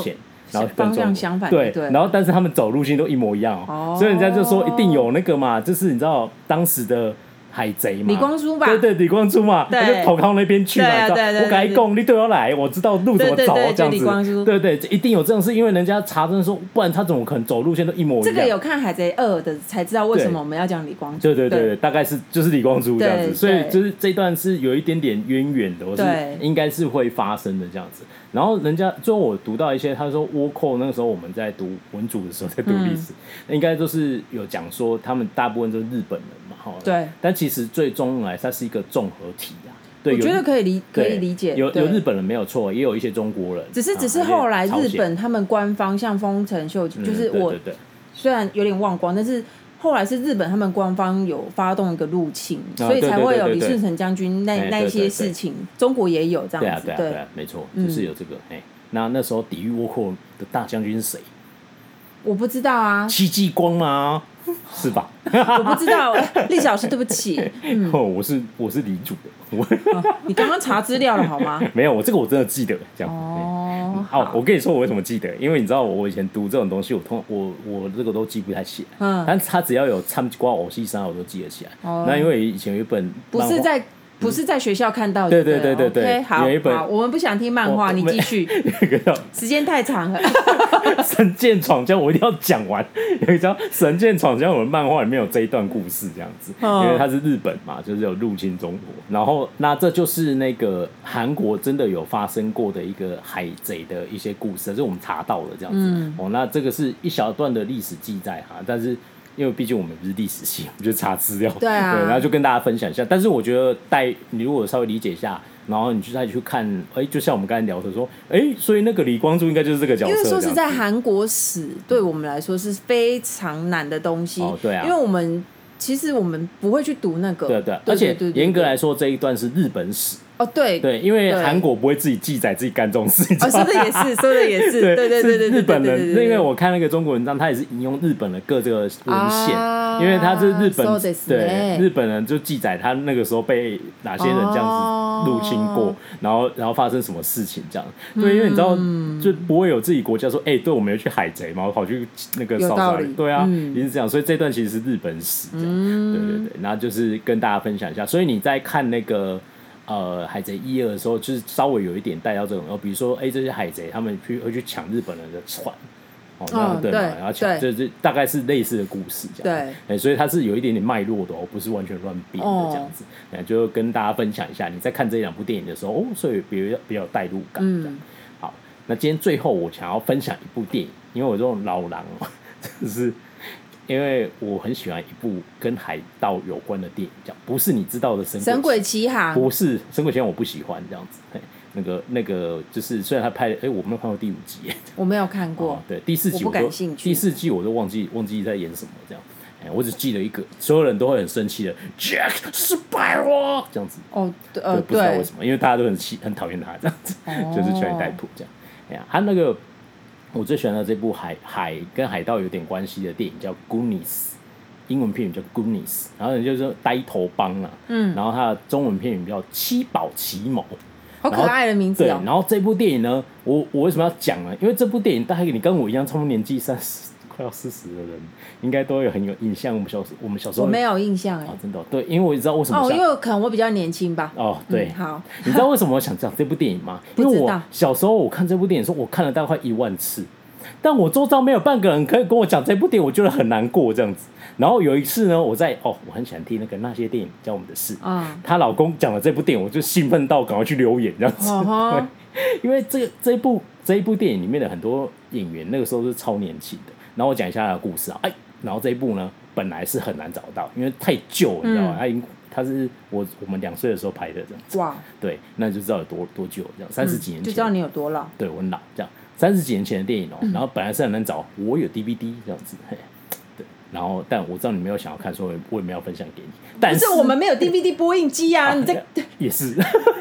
然后方向相反， 对， 对， 然后但是他们走路线都一模一样哦，哦所以人家就说一定有那个嘛，就是你知道当时的海贼嘛， 李光洙吧， 对对，李光洙嘛，他就跑到那边去嘛， 对对对， 我改供，你对我来，我知道路怎么走，这样子，对对，一定有这种事，因为人家查证说，不然他怎么可能走路线都一模一样？ 这个有看《海贼二》的才知道为什么我们要讲李光洙， 对对对，大概是就是李光洙这样子，所以就是这段是有一点点渊源的，我是应该是会发生的这样子。然后人家最后我读到一些，他说倭寇那个时候我们在读文组的时候在读历史，嗯、应该都是有讲说他们大部分都是日本人嘛，哈， 对。 但其实最终来它是一个综合体啊，对， 我觉得可以理可以理解， 有有日本人没有错，也有一些中国人， 只是只是后来日本他们官方像丰臣秀吉，就是我虽然有点忘光，但是。后来是日本他们官方有发动一个入侵， 啊、 所以才会有李舜臣将军那那一些事情，中国也有这样子。 对啊，对啊，对啊，没错，就是有这个。哎、嗯，那那时候抵御倭寇的大将军是谁？ 我不知道啊。 戚继光吗？是吧？ 我不知道，历史老师，对不起。 嗯、哦，我是我是李主的。 哦、你刚刚查资料了好吗？ 没有，我这个我真的记得这样。 哦， 哦，我跟你说我为什么记得，因为你知道我以前读这种东西，我通我我这个都记不太起来。嗯，但他只要有参加偶戏山，我都记得起来。哦，那因为以前有一本不是在。不是在学校看到的， 对对对对对。 Okay, 好， 有一本好，我们不想听漫画，你继续。 那个叫时间太长了。 神剑闯江，我一定要讲完。有一张神剑闯江，我的漫画里面有这一段故事，这样子，哦、因为它是日本嘛，就是有入侵中国。然后，那这就是那个韩国真的有发生过的一个海贼的一些故事，这是我们查到的这样子。嗯、哦，那这个是一小段的历史记载哈，但是。因为毕竟我们不是历史系，我们就查资料， 对啊， 对，然后就跟大家分享一下。但是我觉得带你如果稍微理解一下，然后你就再去看，哎，就像我们刚才聊的说，哎，所以那个李光洙应该就是这个角色。 因为说实在，韩国史对我们来说是非常难的东西， 哦，对啊， 因为我们其实我们不会去读那个， 对对，而且严格来说这一段是日本史。 哦，对对，因为韩国不会自己记载自己干这种事情。 哦，说的也是，说的也是，对对对对对， 日本人，因为我看那个中国文章，他也是引用日本的各这个文献，啊、因为他是日本，对日本人就记载他那个时候被哪些人这样子入侵过，哦、然后然后发生什么事情这样。对，因为你知道，嗯、就不会有自己国家说，哎、欸，对我们有去海贼嘛，我跑去那个扫沙里，对啊，嗯、也是这样。所以这段其实是日本史这样，嗯、对对对。然后就是跟大家分享一下，所以你在看那个。呃，海贼一二的时候，就是稍微有一点带到这种，哦，比如说，哎，这些海贼他们去会去抢日本人的船，哦，哦对嘛，然后抢，这这大概是类似的故事这样，对，哎，所以它是有一点点脉络的哦，不是完全乱编的这样子，哎、哦，就跟大家分享一下，你在看这两部电影的时候，哦，所以比较比较有代入感这样。嗯、好，那今天最后我想要分享一部电影，因为我这种老狼哦，就是。因为我很喜欢一部跟海盗有关的电影，叫不是你知道的神神鬼奇航， 不是神鬼奇航，我不喜欢这样子。那个那个就是虽然他拍的，哎，我没有看过第五集， 我没有看过。 哦、对，第四集我不感兴趣， 第四季我都忘记忘记在演什么这样。哎，我只记得一个，所有人都会很生气的 Jack 失败了这样子。 哦，呃， 对，不知道为什么，因为大家都很气很讨厌他这样子，哦、就是全力逮捕这样。哎呀，他那个。我最喜欢的这部海海跟海盗有点关系的电影叫《Goonies》，英文片名叫《Goonies》，然后人就是呆头帮啊，嗯，然后它的中文片名叫《七宝奇谋》， 好可爱的名字哦。 对，然后这部电影呢，我我为什么要讲呢？因为这部电影大概你跟我一样，差不多年纪三十。快要四十的人应该都有很有印象。我们小时我们小时候我没有印象哎、欸哦， 真的、哦、对，因为我知道为什么哦，因为可能我比较年轻吧。 哦，对， 嗯、好， 你知道为什么我想讲这部电影吗？因为我小时候我看这部电影的时候，我看了大概快一万次，但我周遭没有半个人可以跟我讲这部电影，我觉得很难过这样子。然后有一次呢，我在哦，我很喜欢听那个那些电影教我们的事，嗯，她老公讲了这部电影，我就兴奋到赶快去留言这样子，哦、对，因为这个这一部这一部电影里面的很多演员那个时候是超年轻的。然后我讲一下他的故事啊，哎，然后这一部呢本来是很难找到，因为太旧，你知道吗？他已经他是我我们两岁的时候拍的这样子，哇，对，那就知道有多多久这样，三十几年前、 嗯、就知道你有多老， 对我很老这样，三十几年前的电影哦，然后本来是很难找，我有 D V D 这样子，嘿，对，然后但我知道你没有想要看，所以我也没有分享给你，但是不是我们没有 D V D 播映机啊，啊你在也是。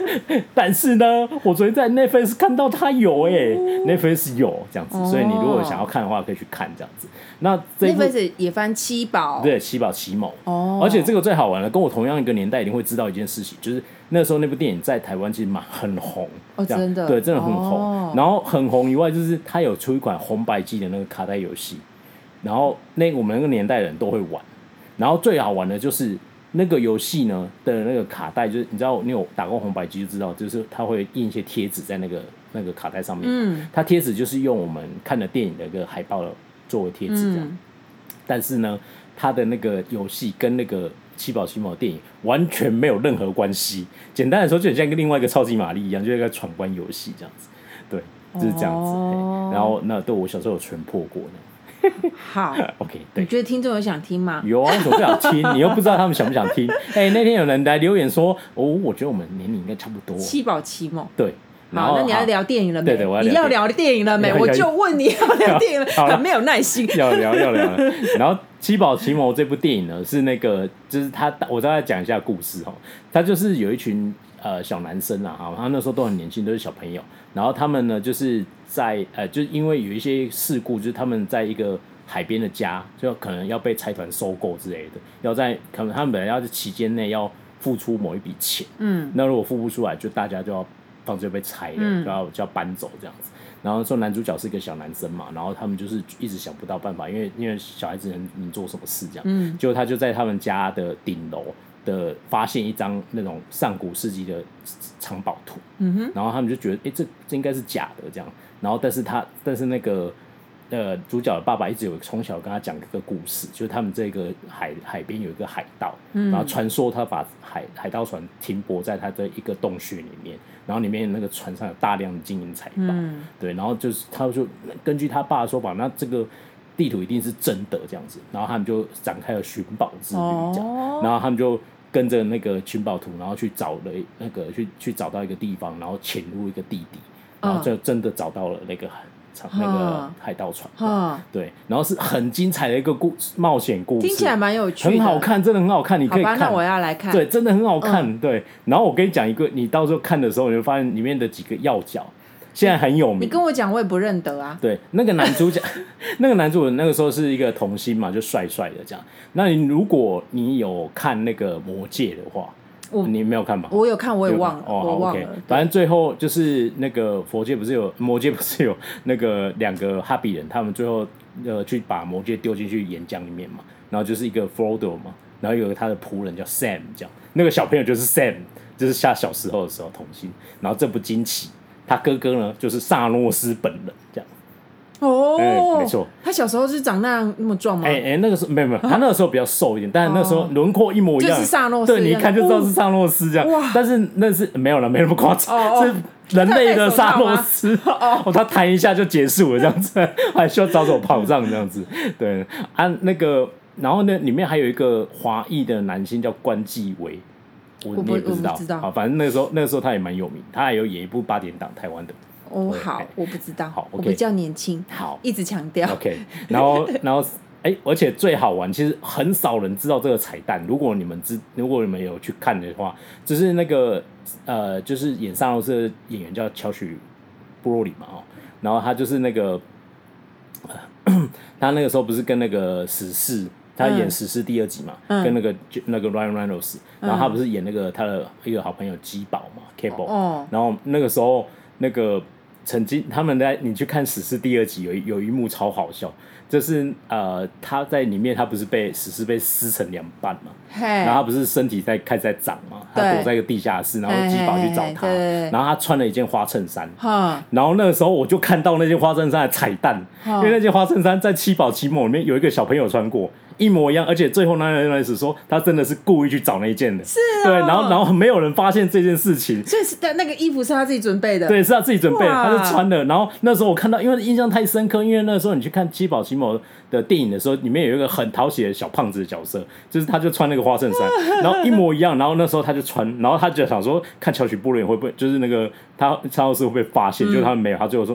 但是呢，我昨天在 Netflix 看到它有哎、欸哦、，Netflix 有这样子，所以你如果想要看的话，可以去看这样子。那这部 Netflix 也翻七宝， 对，七宝奇谋哦。 而且这个最好玩了，跟我同样一个年代一定会知道一件事情，就是那时候那部电影在台湾其实蛮很红， 哦，真的， 对，真的很红。 哦、 然后很红以外，就是它有出一款红白机的那个卡带游戏，然后那我们那个年代的人都会玩。然后最好玩的就是那个游戏呢的那个卡带，就是你知道你有打过红白机就知道，就是它会印一些贴纸在那个那个卡带上面。嗯，它贴纸就是用我们看的电影的一个海报作为贴纸这样。嗯、但是呢，它的那个游戏跟那个七宝奇谋的电影完全没有任何关系。简单来说，就很像跟另外一个超级玛丽一样，就是一个闯关游戏这样子。对，就是这样子。哦、然后那对我小时候有全破过呢。 好 ，OK， 对。 你觉得听众有想听吗？ 有啊，你怎么不想听？你又不知道他们想不想听。哎、欸，那天有人来留言说，哦，我觉得我们年龄应该差不多。 七宝奇谋。 对。 好，那你要聊电影了没？ 对对，我要聊。 你要聊电影了没？我就问你要聊电影了，很没有耐心。 要聊要聊。然后《七宝奇谋》这部电影呢，是那个，就是他，我大概讲一下故事哈。他就是有一群呃小男生啊，哈，他那时候都很年轻，都是小朋友。然后他们呢，就是在呃，就是因为有一些事故，就是他们在一个海边的家，就可能要被财团收购之类的，要在可能他们本来要在期间内要付出某一笔钱，嗯，那如果付不出来，就大家就要房子就被拆了，嗯、就要就要搬走这样子。然后说男主角是一个小男生嘛，然后他们就是一直想不到办法，因为因为小孩子能能做什么事这样，嗯，结果他就在他们家的顶楼的发现一张那种上古世纪的藏宝图，嗯哼，然后他们就觉得，哎、欸，这这应该是假的这样，然后但是他但是那个呃主角的爸爸一直有从小跟他讲一个故事，就是他们这个海海边有一个海盗，嗯、然后传说他把海海盗船停泊在他的一个洞穴里面，然后里面那个船上有大量的金银财宝，嗯、对，然后就是他就根据他爸的说法，那这个地图一定是真的这样子，然后他们就展开了寻宝之旅这样，哦、然后他们就跟着那个寻宝图，然后去找了那个去去找到一个地方，然后潜入一个地底，然后就真的找到了那个那个海盗船，嗯、对，然后是很精彩的一个故冒险故事， 听起来蛮有趣的， 很好看，真的很好看，你可以看。 好吧，那我要来看。 对，真的很好看，嗯、对。然后我跟你讲一个，你到时候看的时候，你会发现里面的几个要角现在很有名。 你跟我讲，我也不认得啊。 对，那个男主角，那个男主角那个时候是一个童星嘛，就帅帅的这样。那你如果你有看那个《魔戒》的话，你没有看吧？ 我有看，我也忘了， 哦、 我忘了。 okay，反正最后就是那个佛界不是有魔界不是有那个两个哈比人，他们最后呃去把魔戒丢进去岩浆里面嘛，然后就是一个 Frodo 嘛，然后有个他的仆人叫 Sam 这样，那个小朋友就是 Sam， 就是下小时候的时候童星，然后这不惊奇，他哥哥呢就是萨诺斯本人这样。 哦， 欸、没错， 他小时候是长那样那么壮吗？ 哎、欸、哎、欸，那个时候没有没有，他那个时候比较瘦一点，但是那时候轮廓一模一样， 就是萨诺斯， 对，你一看就知道是萨诺斯这样。哇！但是那是没有了，没那么夸张，哦哦是人类的萨诺斯。哦，他弹一下就结束了这样子，还需要找手跑上这样子。对啊，那个，然后呢，里面还有一个华裔的男星叫关继威，我你也不知道， 知道好，反正那个时候那个时候他也蛮有名，他还有演一部八点档台湾的。 哦，好，我不知道， 好， okay， 我比较年轻， 好， 一直强调 ，OK， 然后，然后，哎，而且最好玩，其实很少人知道这个彩蛋。如果你们知，如果你们有去看的话，就是那个呃，就是演萨诺斯的演员叫乔许布洛里嘛，哦，然后他就是那个，呃、他那个时候不是跟那个死侍，他演死侍第二集嘛，嗯、跟那个那个 Ryan Reynolds， 然后他不是演那个他的一个好朋友基宝嘛 ，Cable，哦，然后那个时候那个。曾经他们在你去看《死侍》第二集有一有一幕超好笑，就是呃他在里面他不是被死侍被撕成两半嘛，然后他不是身体在开始在长嘛，他躲在一个地下室，然后基宝去找他，然后他穿了一件花衬衫，然后那个时候我就看到那件花衬衫的彩蛋，因为那件花衬衫在七宝奇谋里面有一个小朋友穿过。一模一样，而且最后那个人说他真的是故意去找那一件的， 是啊、哦， 对，然后然后没有人发现这件事情， 所以是那个衣服是他自己准备的， 对，是他自己准备的，他就穿的。然后那时候我看到，因为印象太深刻，因为那时候你去看七宝奇谋的电影的时候，里面有一个很讨喜的小胖子的角色，就是他就穿那个花衬衫，然后一模一样，然后那时候他就穿，然后他就想说看乔许布伦会不会就是那个他查尔斯会不会发现，嗯、就是他没有，他最后说，哎、欸。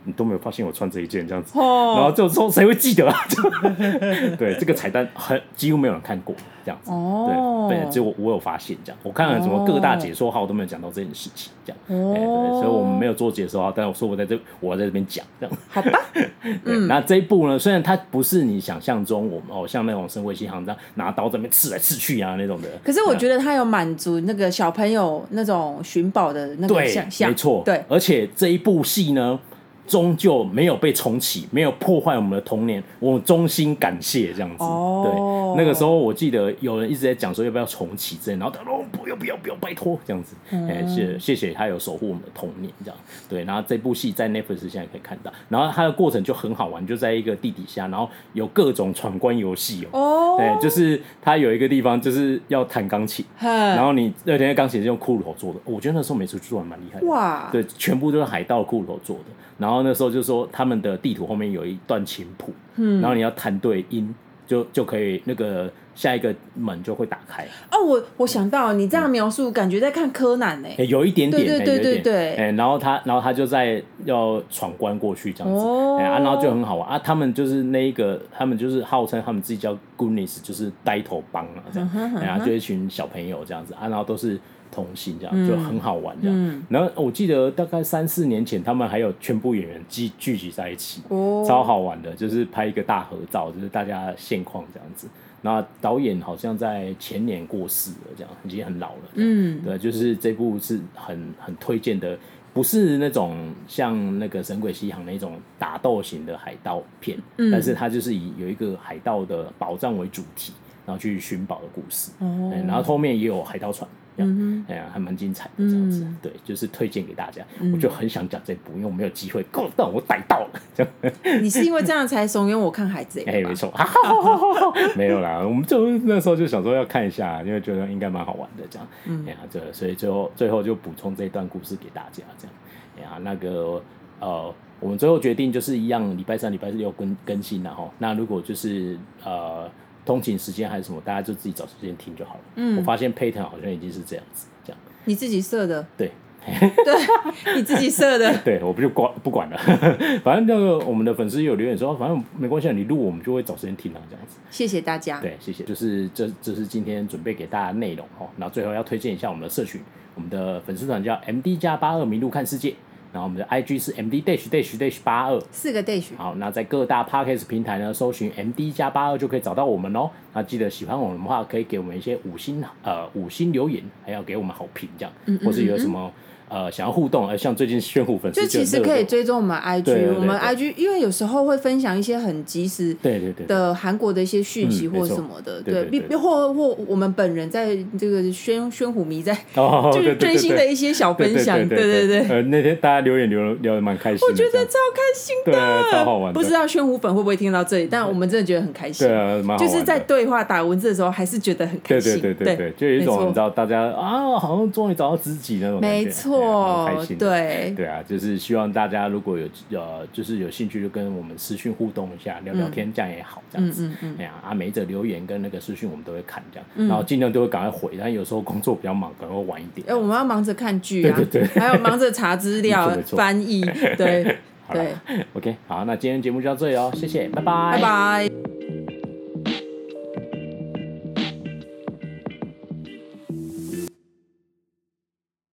你都没有发现我穿这一件这样子， 哦、 然后就说谁会记得啊？对，这个彩蛋很几乎没有人看过这样子，哦、对对，只有 我, 我有发现这样，我看了什么各大解说号都没有讲到这件事情这样，哦、欸，对，所以我们没有做解说号，但我说我在这我在这边讲这样， 好吧， 对，嗯、那这一部呢，虽然它不是你想象中我们哦像那种神鬼奇航这样拿刀在那边刺来刺去啊那种的， 可是我觉得它有满足那个小朋友那种寻宝的那个想象， 没错， 对， 而且这一部戏呢。终究没有被重启，没有破坏我们的童年，我衷心感谢这样子。哦、对，那个时候我记得有人一直在讲说要不要重启之类，然后他说不要不要不要，拜托这样子。嗯欸、谢谢谢他有守护我们的童年这样。对，然后这部戏在 Netflix 现在可以看到，然后它的过程就很好玩，就在一个地底下，然后有各种闯关游戏哦。哦、欸，就是它有一个地方就是要弹钢琴，然后你那天钢琴是用骷髅头做的，我觉得那时候美术做的蛮厉害的。哇，对，全部都是海盗骷髅头做的。然后那时候就说他们的地图后面有一段琴谱，嗯，然后你要弹对音，就就可以那个下一个门就会打开。 哦，我我想到你这样描述，嗯、感觉在看柯南呢、 欸，有一点点， 对对对对对， 欸、然后他然后他就在要闯关过去这样子，哦欸啊、然后就很好玩啊。他们就是那一个，他们就是号称他们自己叫 Goonies， 就是呆头帮啊这样，嗯哼嗯哼欸啊、就一群小朋友这样子啊，然后都是。童星这样就很好玩这样，嗯、然后我记得大概三四年前，他们还有全部演员聚聚集在一起，哦、超好玩的，就是拍一个大合照，就是大家现况这样子。然后导演好像在前年过世了，这样已经很老了。嗯，对，就是这部是很很推荐的，不是那种像那个《神鬼奇航》那种打斗型的海盗片，嗯、但是它就是以有一个海盗的宝藏为主题，然后去寻宝的故事。哦，然后后面也有海盗船。嗯哎呀，还蛮精彩的这样子，嗯、对，就是推荐给大家。嗯、我就很想讲这部，因为我没有机会，但我逮到了。这样你是因为这样才怂恿我看《海贼》？ 哎，没错，没有啦，我们就那时候就想说要看一下，因为觉得应该蛮好玩的这样。嗯，哎呀，这所以最后最后就补充这一段故事给大家，这样。哎呀，那个呃，我们最后决定就是一样，礼拜三、礼拜六更更新了哈。那如果就是呃。通勤时间还是什么，大家就自己找时间听就好了。嗯，我发现 Payton 好像已经是这样子，这样。 你自己设的？ 对， 对，你自己设的。 对，我不就管不管了，反正那个我们的粉丝有留言说，反正没关系，你录我们就会找时间听啊，这样子。 谢谢大家。 对，谢谢。就是这这是今天准备给大家的内容哦。然后最后要推荐一下我们的社群，我们的粉丝团叫 M D 加八二迷路看世界。然后我们的 I G 是 M D dash dash dash 八二， 四个 dash。 好，那在各大 Podcast 平台呢，搜寻 M D 加八二就可以找到我们哦。那记得喜欢我们的话，可以给我们一些五星呃五星留言，还要给我们好评这样，嗯嗯嗯嗯或是有什么。呃，想要互动，呃，像最近宣虎粉丝就其实可以追踪我们 I G， 对对对对我们 I G 因为有时候会分享一些很及时的韩国的一些讯息或什么的， 对对对对或或我们本人在这个宣宣虎迷在、哦、就是追星的一些小分享，对对对。 呃，那天大家留言留聊得蛮开心的， 我觉得超开心的， 对、啊，超好玩的。 不知道宣虎粉会不会听到这里，但我们真的觉得很开心， 对啊，蛮好玩的。 就是在对话打文字的时候，还是觉得很开心， 对对对对对，就有一种你知道大家啊，好像终于找到知己那种感觉， 没错， 开心。 对对啊，就是希望大家如果有呃，就是有兴趣就跟我们私讯互动一下，聊聊天，嗯、这样也好，这样子。嗯嗯哎呀、啊，每一则留言跟那个私讯我们都会看，这样，嗯、然后尽量都会赶快回。但有时候工作比较忙，可能会晚一点。 哎、欸，我们要忙着看剧啊， 对对对， 还有忙着查资料、翻译，对对。 OK， 好，那今天节目就到这里哦，谢谢，拜拜， 拜拜。